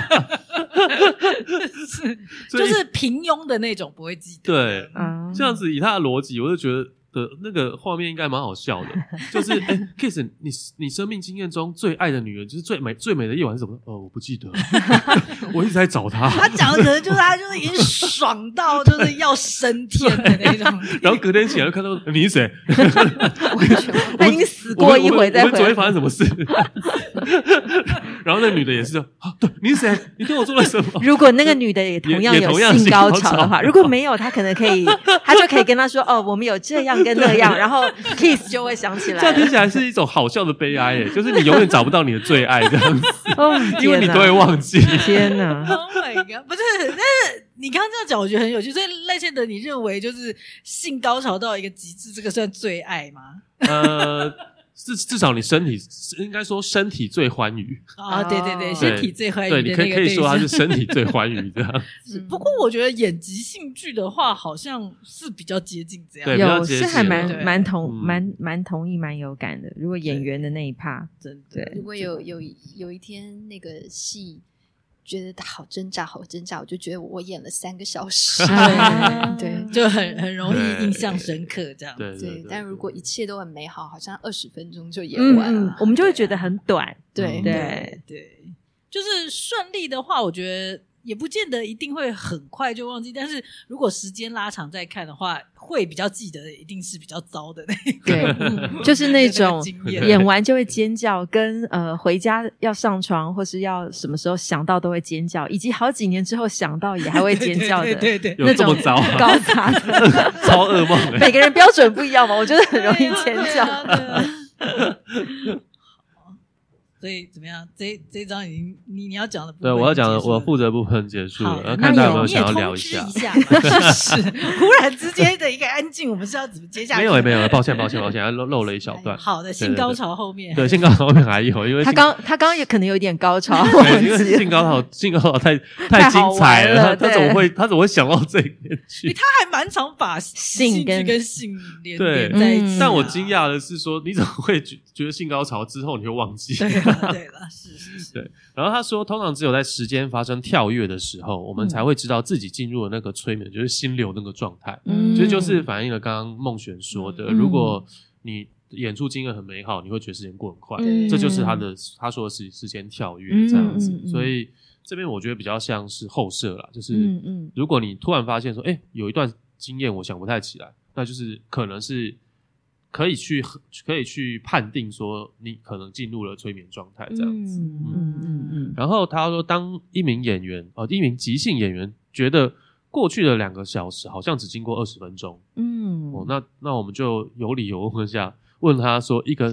是所以就是平庸的那种不会记得。 对啊这样子以他的逻辑，我就觉得的那个画面应该蛮好笑的。就是哎、欸、，Kiss 你你生命经验中最爱的女人，就是最美最美的夜晚是什么？呃，我不记得，我一直在找她。 他讲的可能就是他就是已经爽到就是要升天的那种。 然后隔天起来就看到你是谁？ 他已经死过一回再我们昨天回来。 发生什么事？然后那女的也是啊，对，你是谁？你对我做了什么？ 如果那个女的也同样有也也同样性高性高潮潮的话，如果没有，她可能可以，她就可以跟他说：“哦，我们有这样跟那样。”然后 Kiss 就会想起来这样听起来是一种好笑的悲哀，耶，就是你永远找不到你的最爱这样子， 哦， 因为你都会忘记。 天哪！ Oh my god！不是，但是你刚刚这样讲，我觉得很有趣。所以赖倩德，你认为就是性高潮到一个极致，这个算最爱吗？ 呃，至至少你身体应该说身体最欢愉， 啊，对对对， 对身体最欢愉对， 的你可以可以那个对象说他是身体最欢愉这样。 嗯不过我觉得演即兴剧的话，好像是比较接近这样。 对比较有接近是还蛮对蛮同嗯蛮蛮同意蛮有感的。如果演员的那一趴， 真的对如果有有有一天那个戏觉得好挣扎，好挣扎，我就觉得我演了三个小时。 啊对就很很容易印象深刻这样。 对对对，但如果一切都很美好，好像二十分钟就演嗯完了。 嗯，我们就会觉得很短。 对嗯对对，就是顺利的话，我觉得也不见得一定会很快就忘记，但是如果时间拉长再看的话，会比较记得，一定是比较糟的那个。 对，就是那种经验演完就会尖叫，跟呃回家要上床或是要什么时候想到都会尖叫，以及好几年之后想到也还会尖叫的， 对对对有那种这么糟啊高杂的， 超噩梦的。 每个人标准不一样嘛，我觉得很容易尖叫。 对啊对啊对啊好所以怎么样？这这一章已经你你要讲的部分对，我要讲的已经结束了我负责部分结束好了，要那看大家有没有有想要你也聊一下通知。一下嘛，是是，忽然之间的一个安静，我们是要怎么接下去？ 没有没有，抱歉抱歉抱歉，漏漏了一小段。 好的，性高潮后面对，性高潮后面还有，因为他性刚他刚刚也可能有点高潮， 对，因为忘记了性高潮性高潮太太精彩好玩了他他对怎么会他怎么会想到这一边去欸？他还蛮常把性性跟跟性连对连在一起啊、 嗯但我惊讶的是说，你怎么会觉觉得性高潮之后你会忘记？ 对了，对了，是是是， 对，然后他说，通常只有在时间发生跳跃的时候，我们才会知道自己进入了那个催眠，就是心流那个状态。 嗯其实就是反映了刚刚孟璇说的， 嗯如果你演出经验很美好，你会觉得时间过很快， 嗯这就是他的他说的是时间跳跃这样子。 嗯嗯嗯所以这边我觉得比较像是后设啦，就是嗯嗯如果你突然发现说，哎，有一段经验我想不太起来，那就是可能是可以去可以去判定说你可能进入了催眠状态这样子。 嗯嗯嗯嗯然后他说，当一名演员哦，一名即兴演员觉得过去的两个小时好像只经过二十分钟， 嗯哦，那那我们就有理由问一下，问他说，一个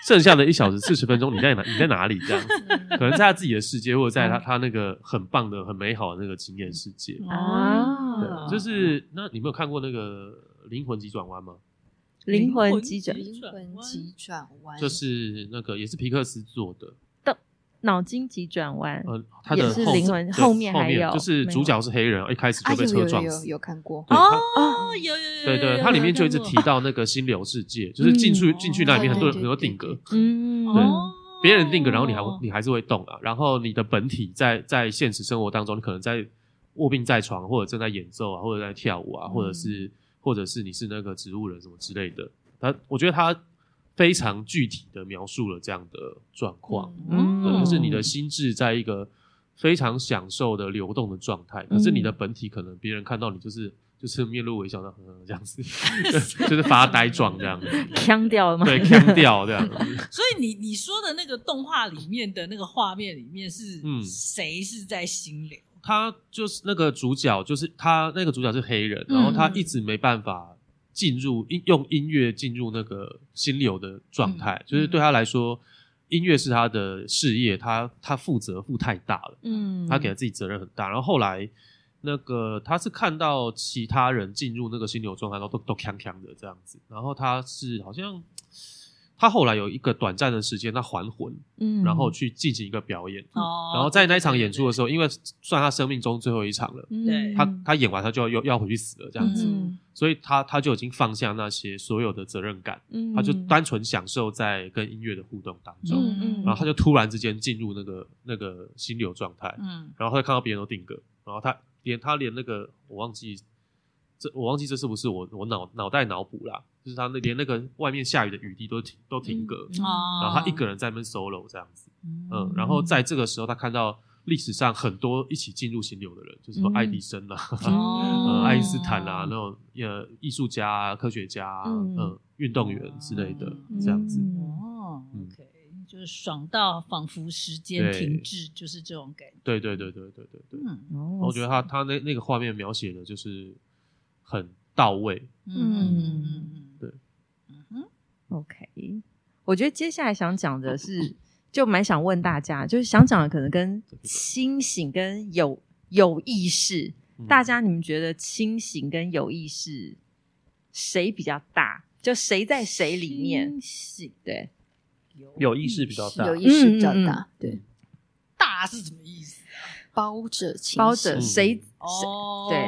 剩下的一小时四十分钟你在哪你在哪里这样子，可能在他自己的世界，或者在他他那个很棒的很美好的那个经验世界啊。 对，就是那你没有看过那个灵魂急转弯吗？ 灵魂急转灵魂急转弯， 就是那个也是皮克斯做的。 脑筋急转弯， 呃，他的也是后灵魂， 对后面还有就是主角是黑人，一开始就被车撞死。 啊、有有有有看过对哦，有有有， 对对，它里面就一直提到那个心流世界，就是进去进去那里面很多很多定格， 嗯， 对，别人定格，然后你还你还是会动啊，然后你的本体在在现实生活当中，你可能在卧病在床，或者正在演奏啊，或者在跳舞啊，或者是或者是你是那个植物人什么之类的。他我觉得他非常具体的描述了这样的状况， 嗯对，就是你的心智在一个非常享受的流动的状态，可是你的本体可能别人看到你就是就是面露微笑的呵呵这样子，就是发呆状这样子， 呛掉了吗？ 对，呛掉这样子。 所以你你说的那个动画里面的那个画面里面是谁是在心流？ 嗯、他就是那个主角，就是他那个主角是黑人，然后他一直没办法进入用音乐进入那个心流的状态，嗯、就是对他来说，音乐是他的事业，他他负责负太大了，嗯，他给了自己责任很大。然后后来那个他是看到其他人进入那个心流状态，然后都都鏘鏘的这样子，然后他是好像他后来有一个短暂的时间，他还魂，嗯，然后去进行一个表演，哦，然后在那一场演出的时候，因为算他生命中最后一场了， 对， 他他演完他就要又要回去死了这样子，嗯，所以他他就已经放下那些所有的责任感，嗯，他就单纯享受在跟音乐的互动当中，嗯嗯，然后他就突然之间进入那个那个心流状态，嗯，然后他就看到别人都定格，然后他连他连那个我忘记这我忘记这是不是我我脑脑袋脑补啦，就是他那连那个外面下雨的雨滴都停都停格，嗯，然后他一个人在那边 solo 这样子，嗯，嗯，然后在这个时候他看到历史上很多一起进入心流的人，就是说爱迪生啊，嗯呃、爱因斯坦啊，那种呃艺术家啊、科学家啊、嗯呃、运动员之类的，嗯，这样子。 哦，嗯 ，OK， 就是爽到仿佛时间停滞，就是这种感觉。 对对对对对对对。嗯，我觉得他他那那个画面描写的就是很到位。嗯，对。 嗯哼 ，OK， 我觉得接下来想讲的是。就蛮想问大家，就是想讲的可能跟清醒跟有有意识，嗯，大家你们觉得清醒跟有意识谁比较大？就谁在谁里面？清醒对， 有意识比较大， 有意识比较大，嗯嗯嗯对。 大是什么意思啊？ 包着清醒， 包着谁？ 哦， 对。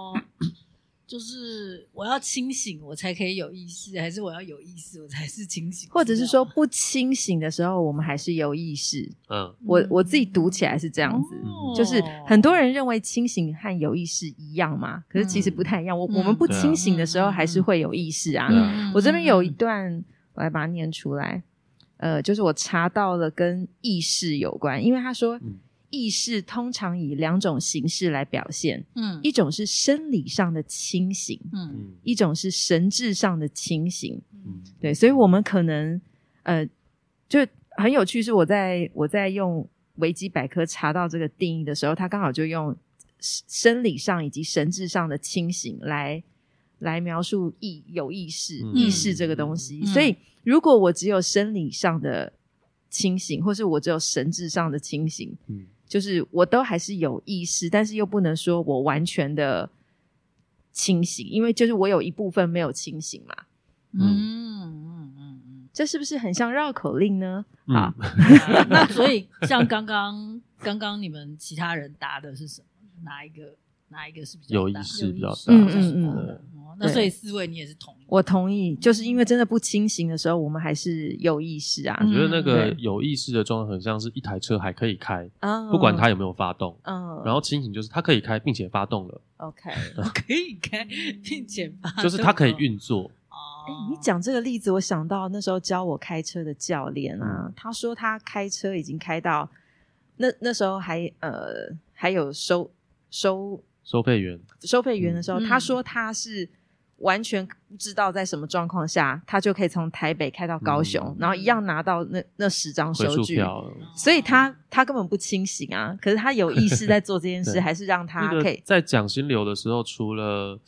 就是我要清醒我才可以有意识，还是我要有意识我才是清醒？ 或者是说不清醒的时候我们还是有意识？嗯，我我自己读起来是这样子，嗯，就是很多人认为清醒和有意识一样嘛，可是其实不太一样。我、嗯、我们不清醒的时候还是会有意识啊。嗯、我这边有一段，我来把它念出来。呃，就是我查到了跟意识有关，因为他说。嗯意识通常以两种形式来表现，嗯，一种是生理上的清醒，嗯，一种是神智上的清醒，嗯，对，所以我们可能，呃，就很有趣，是我在我在用维基百科查到这个定义的时候，他刚好就用生理上以及神智上的清醒来来描述意有意识、嗯、意识这个东西，嗯，所以如果我只有生理上的清醒，或是我只有神智上的清醒，嗯。就是我都还是有意识，但是又不能说我完全的清醒，因为就是我有一部分没有清醒嘛。嗯嗯嗯嗯，这是不是很像绕口令呢？嗯，好， 啊，那所以像刚刚刚刚你们其他人答的是什么？哪一个哪一个是比较大有意识比较大？ 嗯嗯嗯。 那所以四位你也是同意？ 我同意，就是因为真的不清醒的时候，我们还是有意识啊。 我觉得那个有意识的状态很像是一台车还可以开，嗯，不管它有没有发动，嗯，然后清醒就是它可以开并且发动了 ，OK， 可以开并且发动， 就是它可以运作。 哦，你讲这个例子，我想到那时候教我开车的教练啊，嗯，他说他开车已经开到那那时候还呃还有收收收费员收费员的时候，嗯，他说他是。完全不知道在什么状况下他就可以从台北开到高雄，嗯，然后一样拿到那那十张收据，所以他他根本不清醒啊，可是他有意识在做这件事还是让他可以， 那个，在讲心流的时候除了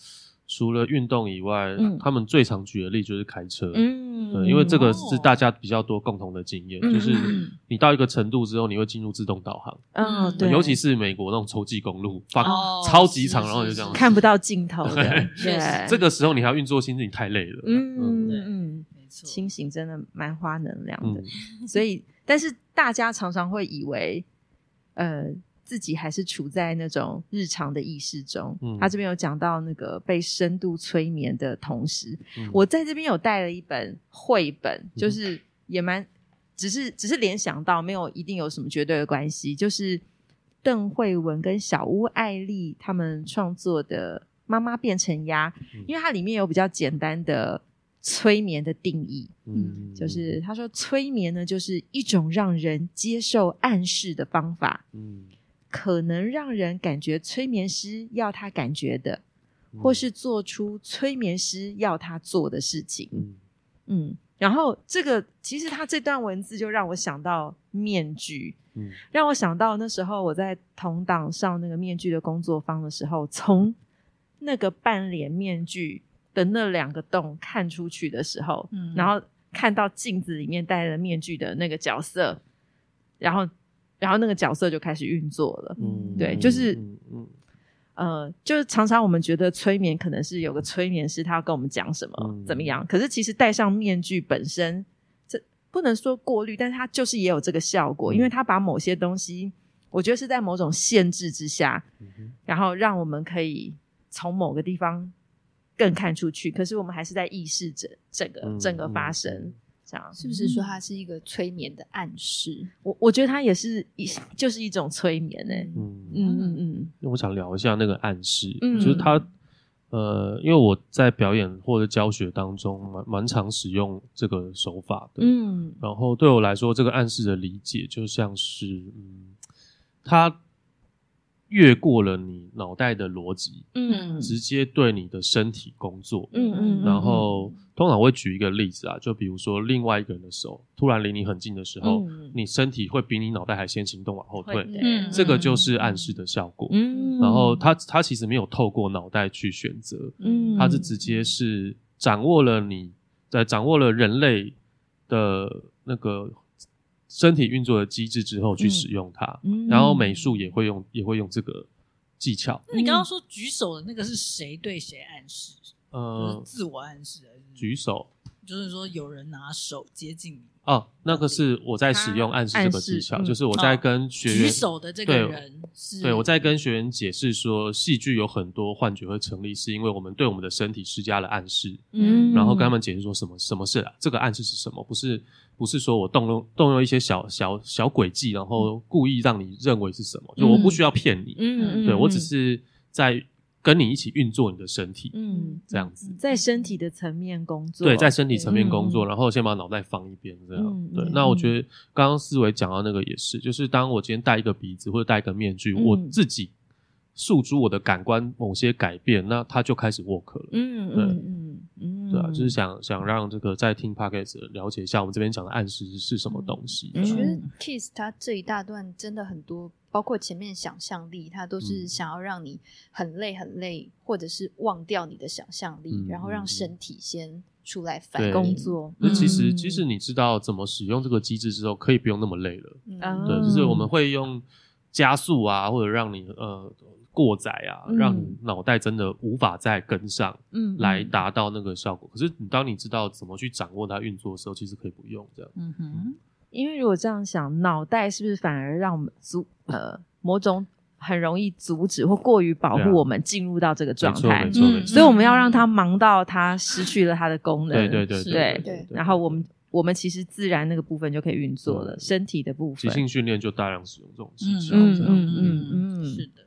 除了运动以外、嗯、他们最常举的例就是开车。嗯，对，因为这个是大家比较多共同的经验、嗯、就是你到一个程度之后你会进入自动导航。嗯，对，尤其是美国那种洲际公路发、哦、超级长，然后就这样看不到尽头的。 对，这个时候你还要运作心智，你太累了。 嗯嗯嗯，没错，清醒真的蛮花能量的、嗯、所以但是大家常常会以为呃自己还是处在那种日常的意识中、嗯、他这边有讲到那个被深度催眠的同时、嗯、我在这边有带了一本绘本，就是也蛮只是只是联想到，没有一定有什么绝对的关系，就是邓慧文跟小屋爱丽他们创作的妈妈变成鸭、嗯、因为它里面有比较简单的催眠的定义，嗯，就是他说催眠呢就是一种让人接受暗示的方法，嗯，可能让人感觉催眠师要他感觉的、嗯、或是做出催眠师要他做的事情。 嗯, 嗯然后这个其实他这段文字就让我想到面具、嗯、让我想到那时候我在同档上那个面具的工作坊的时候，从那个半脸面具的那两个洞看出去的时候、嗯、然后看到镜子里面戴着面具的那个角色，然后然后那个角色就开始运作了。嗯，对，就是嗯嗯呃，就是常常我们觉得催眠可能是有个催眠师他要跟我们讲什么、嗯、怎么样，可是其实戴上面具本身这不能说过滤，但是它就是也有这个效果、嗯、因为它把某些东西我觉得是在某种限制之下、嗯、然后让我们可以从某个地方更看出去，可是我们还是在意识着整个、嗯、整个发生、嗯这样是不是说它是一个催眠的暗示？ 我我觉得它也是一就是一种催眠欸。嗯嗯嗯嗯。 我想聊一下那个暗示，嗯、就是它呃，因为我在表演或者教学当中蛮蛮常使用这个手法的。嗯。然后对我来说，这个暗示的理解就像是，嗯，它越过了你脑袋的逻辑，嗯，直接对你的身体工作，嗯 嗯, 嗯，然后通常我会举一个例子啊，就比如说另外一个人的手突然离你很近的时候，嗯、你身体会比你脑袋还先行动往后退，嗯，这个就是暗示的效果，嗯，然后它它其实没有透过脑袋去选择，嗯，它是直接是掌握了你在掌握了人类的那个身体运作的机制之后去使用它，嗯、然后美术也会用也会用这个技巧。 那你刚刚说举手的那个是谁对谁暗示？呃，就是自我暗示还是举手？ 就是说有人拿手接近你。 哦，那个是我在使用暗示这个技巧，就是我在跟学员、 哦、举手的这个人是， 对，我在跟学员解释说，戏剧有很多幻觉会成立，是因为我们对我们的身体施加了暗示，嗯，然后跟他们解释说什么什么是、啊、这个暗示是什么，不是不是说我动用动用一些小小小诡计，然后故意让你认为是什么，就我不需要骗你，嗯，对，我只是在跟你一起运作你的身体，嗯，这样子， 在身体的层面工作， 对，在身体层面工作，然后先把脑袋放一边，这样，嗯、对。那我觉得刚刚思维讲到那个也是，就是当我今天戴一个鼻子或者戴一个面具，嗯、我自己诉诸我的感官某些改变，那它就开始 work 了，嗯，对，嗯嗯，对啊，就是想想让这个在听 podcast 了解一下我们这边讲的暗示是什么东西。 我觉得 Kiss 它这一大段真的很多。包括前面想象力，它都是想要让你很累很累，嗯、或者是忘掉你的想象力，嗯、然后让身体先出来反应工作。 那其实，其实你知道怎么使用这个机制之后，可以不用那么累了。嗯、对，就是我们会用加速啊，或者让你呃过载啊，嗯、让你脑袋真的无法再跟上，嗯，来达到那个效果。可是，你当你知道怎么去掌握它运作的时候，其实可以不用这样。嗯哼。 因为如果这样想，脑袋是不是反而让我们阻呃某种很容易阻止或过于保护我们进入到这个状态？ 没错没错， 所以我们要让它忙到它失去了它的功能。 对对对 对, 对, 对, 对。然后我们我们其实自然那个部分就可以运作了，身体的部分。 即兴训练就大量使用这种技巧。 嗯嗯嗯嗯， 是的。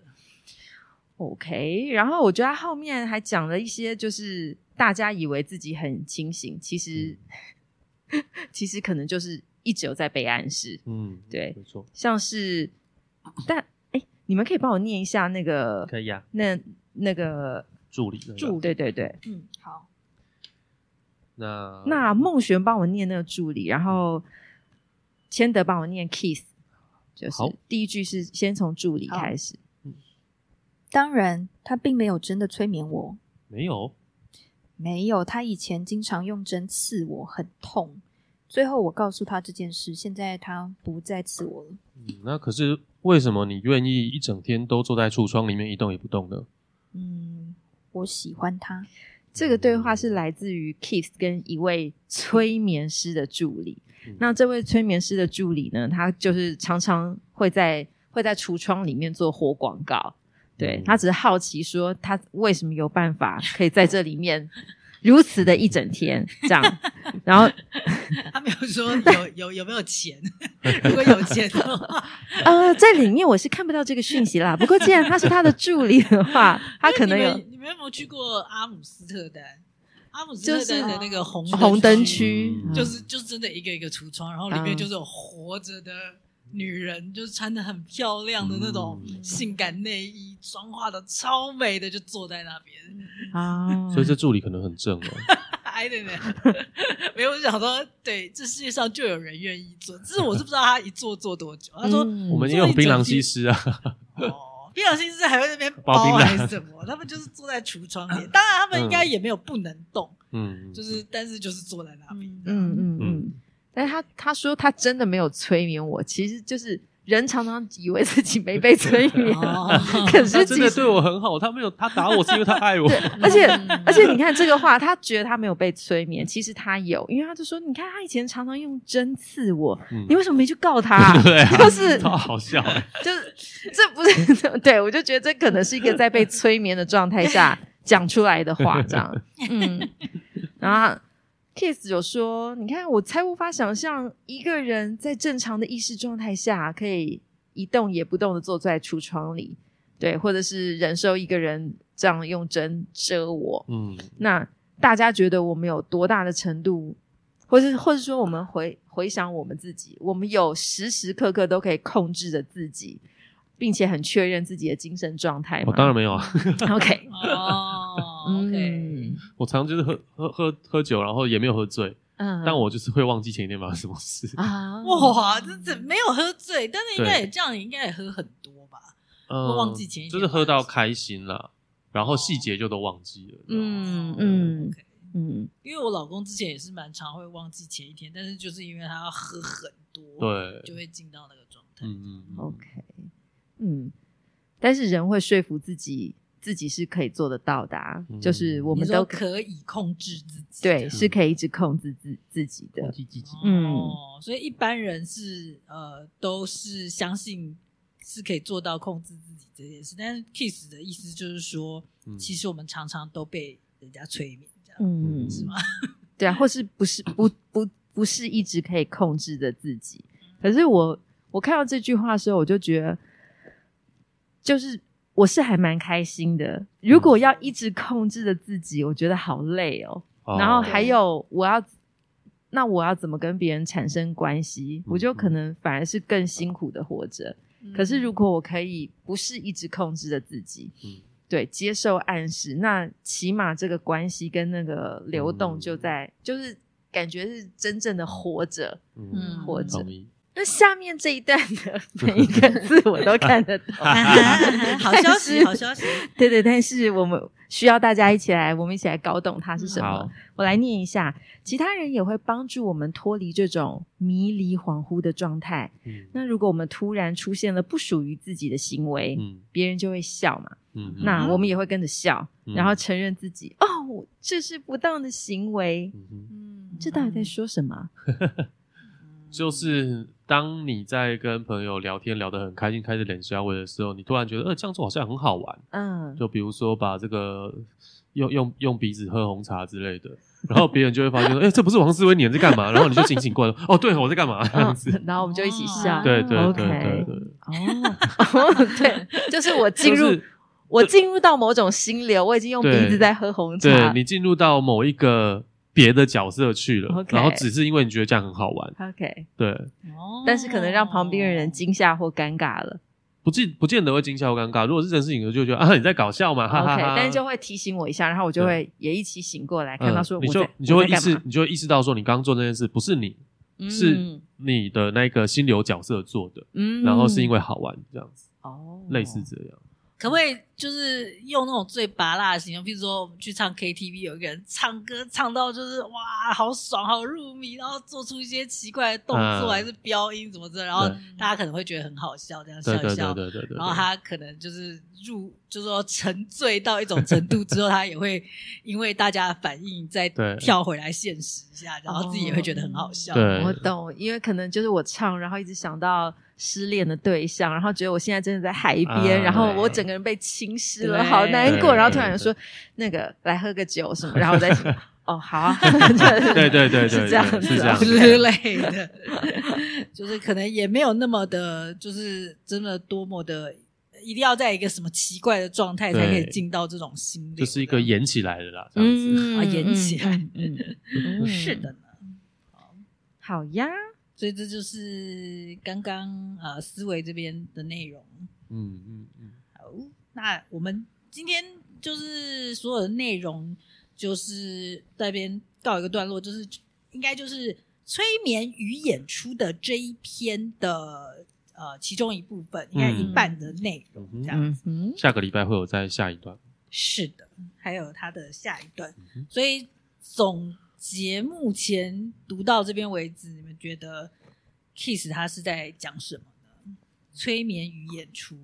OK， 然后我觉得他后面还讲了一些，就是大家以为自己很清醒，其实、嗯、其实可能就是。一直有在被暗示，嗯，对， 没错， 像是，但哎，你们可以帮我念一下那个， 可以啊， 那那个助理， 助，对对对， 嗯，好， 那那孟璇帮我念那个助理，然后千德帮我念 kiss， 就是第一句是先从助理开始， 嗯，当然，他并没有真的催眠我， 没有， 没有，他以前经常用针刺我，很痛。最后我告诉他这件事，现在他不再刺我了。 嗯，那可是为什么你愿意一整天都坐在橱窗里面一动也不动呢？ 嗯，我喜欢他。 这个对话是来自于 Keith 跟一位催眠师的助理。嗯、那这位催眠师的助理呢，他就是常常会在会在橱窗里面做活广告。对、嗯、他只是好奇说他为什么有办法可以在这里面如此的一整天这样，然后他没有说有有有没有钱，如果有钱的话， 呃，在里面我是看不到这个讯息啦。不过既然他是他的助理的话，他可能有。 你们你们有没有去过阿姆斯特丹？阿姆斯特丹的那个红红灯区， 就是就是真的一个一个橱窗，然后里面就是有活着的女人，就是穿得很漂亮的那种性感内衣，妆化的超美的，就坐在那边啊。 所以这助理可能很正哦。 I don't know， 没有，我想说，对，这世界上就有人愿意做，只是我是不知道他一做做多久。他说、嗯、 我们也有槟榔西施啊。 哦，槟榔西施还会在那边包还是什么？他们就是坐在橱窗里，当然他们应该也没有不能动，嗯，就是但是就是坐在那边， 嗯嗯嗯。但是他他说他真的没有催眠我，其实就是人常常以为自己没被催眠，哦、可是他真的对我很好，他没有他打我是因为他爱我， 而且而且你看这个话，他觉得他没有被催眠，其实他有，因为他就说，你看他以前常常用针刺我，嗯、你为什么没去告他？ 对、啊， 就是超好笑、欸， 就是这不是对，我就觉得这可能是一个在被催眠的状态下讲出来的话，这样，嗯，然后。Keith 有说，你看我才无法想象一个人在正常的意识状态下可以一动也不动的坐在橱窗里，对，或者是忍受一个人这样用针遮我。嗯，那大家觉得我们有多大的程度，或是或者说我们回回想我们自己，我们有时时刻刻都可以控制着自己，并且很确认自己的精神状态吗？ 我、哦、当然没有啊。 OK， 哦 ，OK， 我常常就是喝喝喝喝酒，然后也没有喝醉，嗯，但我就是会忘记前一天发生什么事啊。 哇，这这没有喝醉，但是应该也这样，应该也喝很多吧？ 嗯， 会忘记前一天， 就是喝到开心了，然后细节就都忘记了。 嗯嗯 ，OK， 嗯，因为我老公之前也是蛮常会忘记前一天，但是就是因为他要喝很多， 对， 就会进到那个状态。 嗯嗯 ，OK。嗯，但是人会说服自己，自己是可以做得到的、啊嗯、就是我们都可以控制自己， 对，是可以一直控制自自己的。 嗯，哦、所以一般人是呃都是相信是可以做到控制自己这件事，但是 Keith 的意思就是说、嗯，其实我们常常都被人家催眠，这样，嗯，是吗？ 对啊，或是不是不不不是一直可以控制的自己。可是我我看到这句话的时候，我就觉得。就是我是还蛮开心的，如果要一直控制着自己，我觉得好累哦。哦然后还有我要，那我要怎么跟别人产生关系？嗯、我就可能反而是更辛苦的活着。嗯、可是如果我可以不是一直控制着自己，嗯、对，接受暗示，那起码这个关系跟那个流动就在，嗯、就是感觉是真正的活着，嗯，活着。那下面这一段的每一个字我都看得懂好消息好消息对对，但是我们需要大家一起来我们一起来搞懂它是什么。我来念一下，其他人也会帮助我们脱离这种迷离恍惚的状态、嗯、那如果我们突然出现了不属于自己的行为、嗯、别人就会笑嘛、嗯、那我们也会跟着笑、嗯、然后承认自己哦这是不当的行为、嗯、这到底在说什么就是当你在跟朋友聊天聊得很开心开始冷笑话的时候，你突然觉得呃这样做好像很好玩，嗯，就比如说把这个用用用鼻子喝红茶之类的，然后别人就会发现说哎、欸、这不是王思威你在干嘛，然后你就警醒过来哦对我在干嘛这样子、 哦、然后我们就一起笑、 哦、对对对 okay. 对对哦对，就是我进入、就是、我进入到某种心流，我已经用鼻子在喝红茶， 对，你进入到某一个别的角色去了、okay. 然后只是因为你觉得这样很好玩 OK 对、 哦、但是可能让旁边的人惊吓或尴尬了， 不见不见得会惊吓或尴尬，如果是真事情就觉得啊你在搞笑嘛哈哈哈 OK 但是就会提醒我一下，然后我就会也一起醒过来看到说我在、嗯、 你就你就会意识你就会意识到说你刚刚做这件事不是你、嗯、是你的那个心流角色做的、嗯、然后是因为好玩这样子哦，类似这样可不可以就是用那种最拔辣的形容，譬如说我们去唱 K T V， 有一个人唱歌唱到就是哇好爽好入迷，然后做出一些奇怪的动作、嗯、还是飙音什么之类的，然后大家可能会觉得很好笑，这样笑一笑，对对对对对对，然后他可能就是入就是说沉醉到一种程度之后，他也会因为大家的反应再跳回来现实一下，然后自己也会觉得很好笑。 对，我懂，因为可能就是我唱然后一直想到失恋的对象，然后觉得我现在真的在海边、啊、然后我整个人被侵蚀了，好难过，然后突然有说那个来喝个酒什么，然后我再哦好啊对对对对， 是这样子、啊、 是这样之类的就是可能也没有那么的就是真的多么的一定要在一个什么奇怪的状态才可以进到这种心流， 就是一个演起来的啦，这样子、 嗯、啊演起来的、嗯嗯、是的呢。 好, 好呀， 所以这就是刚刚呃思维这边的内容。 嗯嗯嗯。 好，那我们今天就是所有的内容就是在这边告一个段落，就是应该就是催眠与演出的这一篇的呃其中一部分，应该一半的内容、嗯、这样子、 嗯。 下个礼拜会有在下一段。 是的，还有它的下一段。嗯、所以总节目前读到这边为止，你们觉得 Kiss 他是在讲什么呢？催眠与演出，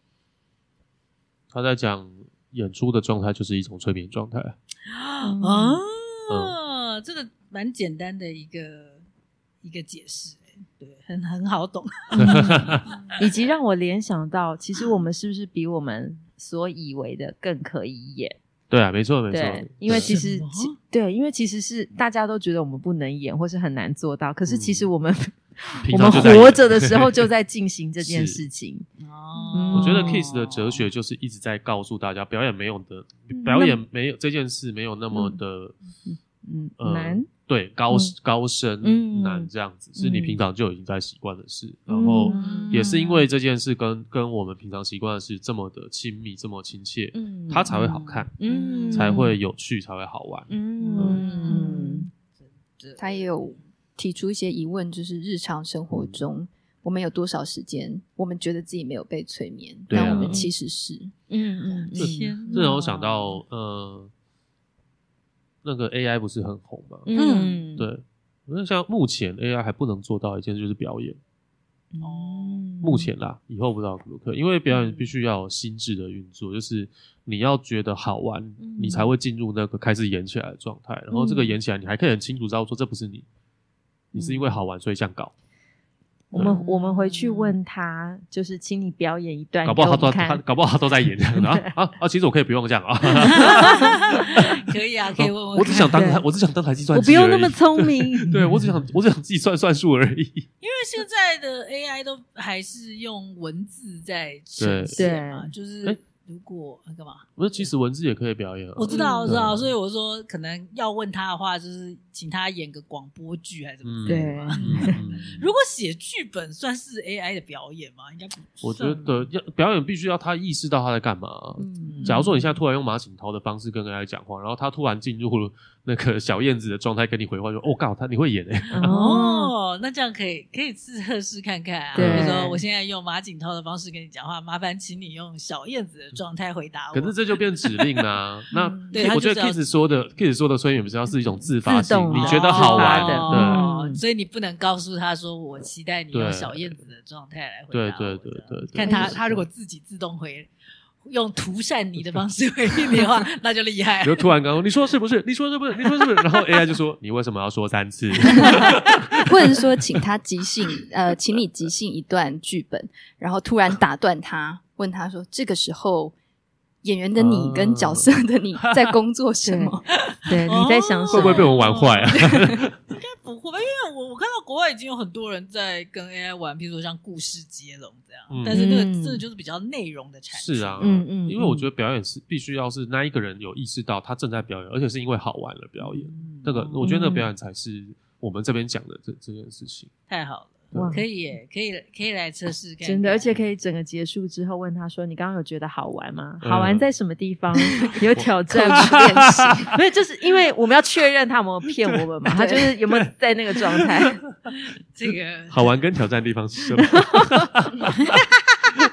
他在讲演出的状态就是一种催眠状态啊、哦嗯，这个蛮简单的一个一个解释，对，很很好懂以及让我联想到其实我们是不是比我们所以为的更可以演。 对啊，没错没错， 对，因为其实对，因为其实是大家都觉得我们不能演或是很难做到，可是其实我们、嗯、我们活着的时候就在进行这件事情。 哦，我觉得 Kiss 的哲学就是一直在告诉大家，表演没有的、嗯、表演没有这件事没有那么的嗯、嗯呃、 难， 对，高、嗯、高深、嗯、难这样子，是你平常就已经在习惯的事、嗯、然后也是因为这件事跟跟我们平常习惯的事这么的亲密这么亲切、嗯、它才会好看，嗯，才会有趣，才会好玩。 嗯， 嗯他也有提出一些疑问，就是日常生活中、嗯、我们有多少时间我们觉得自己没有被催眠、啊、但我们其实是嗯嗯， 这这让我想到呃那个 A I 不是很红吗？ 嗯， 对，那像目前 A I 还不能做到一件事就是表演。 哦， 目前啦，以后不知道可不可以，因为表演必须要有心智的运作，就是你要觉得好玩、嗯、你才会进入那个开始演起来的状态，然后这个演起来你还可以很清楚知道说这不是你，你是因为好玩所以这样搞。 我们我们回去问他，就是请你表演一段， 搞不好他都他搞不好他都在演这样的啊啊啊！其实我可以不用这样啊， 可以啊，可以问问。 我只想当台，我只想当台计算机，我不用那么聪明。 对，我只想我只想自己算算数而已。 因为现在的 A I 都还是用文字在呈现嘛，就是如果干嘛？ 不是，其实文字也可以表演、啊。 我知道，我知道，所以我说可能要问他的话，就是请他演个广播剧还是什么？ 对。 嗯、 如果写剧本算是 A I 的表演吗？应该不算。 我觉得要表演必须要他意识到他在干嘛、啊。嗯。假如说你现在突然用马景涛的方式跟 A I 讲话，然后他突然进入了那个小燕子的状态跟你回话，说：“哦，靠，他你会演哎、欸。” 哦，那这样可以可以测试看看啊。比如说，我现在用马景涛的方式跟你讲话，麻烦请你用小燕子的状态回答我。 可是这就变指令啦、啊。那、嗯、我觉得 Kiss 说的 Kiss 说的催眠比较是一种自发性，你觉得好玩的， 对、哦，所以你不能告诉他说我期待你用小燕子的状态来回答我。 对对对 对, 对， 看他他如果自己自动回。用涂善你的方式回应你的话，那就厉害。 就突然刚说，你说是不是？你说是不是？你说是不是？然后 A I 就说，你为什么要说三次？ 或者说，请他即兴，呃，请你即兴一段剧本，然后突然打断他，问他说，这个时候演员的你跟角色的你在工作什么？ 对，对，你在想什么？ 会不会被我玩坏啊？ 应该不会吧，因为我我看到国外已经有很多人在跟 A I 玩，譬如说像故事接龙这样，嗯、但是那个真的就是比较内容的产出。 是啊，嗯嗯，因为我觉得表演是必须要是那一个人有意识到他正在表演，而且是因为好玩而表演。嗯、那个我觉得那个表演才是我们这边讲的这这件事情。 太好了。可以耶，可以可以来测试看看， 真的，而且可以整个结束之后问他说：“你刚刚有觉得好玩吗？嗯、好玩在什么地方？有挑战吗？练习？没有，就是因为我们要确认他有没有骗我们嘛，他就是有没有在那个状态。 这个好玩跟挑战的地方是什么？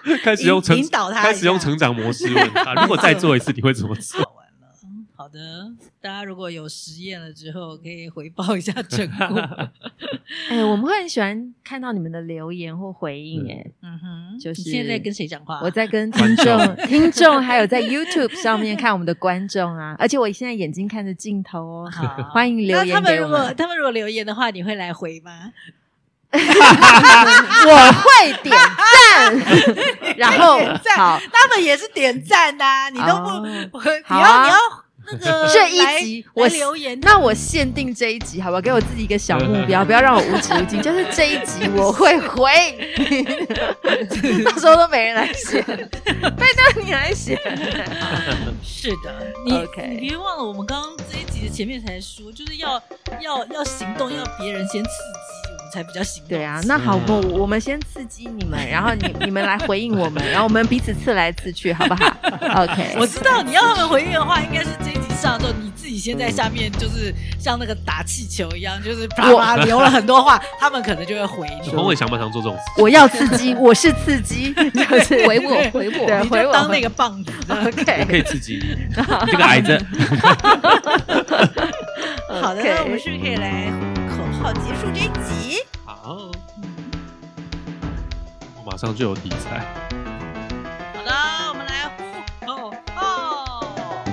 开始用成引导他一下开始用成长模式问他，如果再做一次，你会怎么做？ 好玩了，好的，大家如果有实验了之后，可以回报一下成果。 哎，我们会很喜欢看到你们的留言或回应，哎， 嗯哼， 就是你现在在跟谁讲话？ 我在跟听众、听众还有在 YouTube 上面看我们的观众啊，而且我现在眼睛看着镜头哦，欢迎留言那他们给我们。 如果他们如果留言的话，你会来回吗？ 我会点赞，然后好， 他们也是点赞的、啊，你都不， 哦你好啊要你要那个这一来集我来留言， 那我限定这一集，好吧？给我自己一个小目标，不要让我无止无尽。就是这一集我会回，到时候都没人来写，拜托你来写。 是的，你 OK 你别忘了，我们刚刚这一集的前面才说，就是要要要行动，要别人先刺激，我们才比较行动。 对啊，那好，我我们先刺激你们，然后你你们来回应我们，然后我们彼此刺来刺去，好不好 ？OK。 我知道你要他们回应的话，应该是这一集上的时候，你自己先在下面，就是像那个打气球一样，就是啪啪留了很多话，他们可能就会回你。 洪伟祥蛮常做这种事。 我要刺激，我是刺激，就是回我回我对， 你回我就当那个棒子。 我 OK。 可以刺激你，你这个矮子。 好的，那我们是不是可以来口号结束这一集？ 好，我马上就有题材。 好的，我们来呼口号：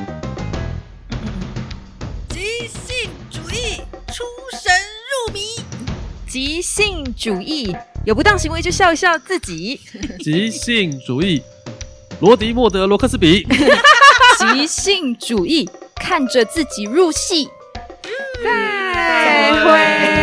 即兴主义，出神入迷。 即兴主义，有不当行为就笑一笑自己。 即兴主义，罗迪莫德罗克斯比。 即兴主义，看着自己入戏。 再会。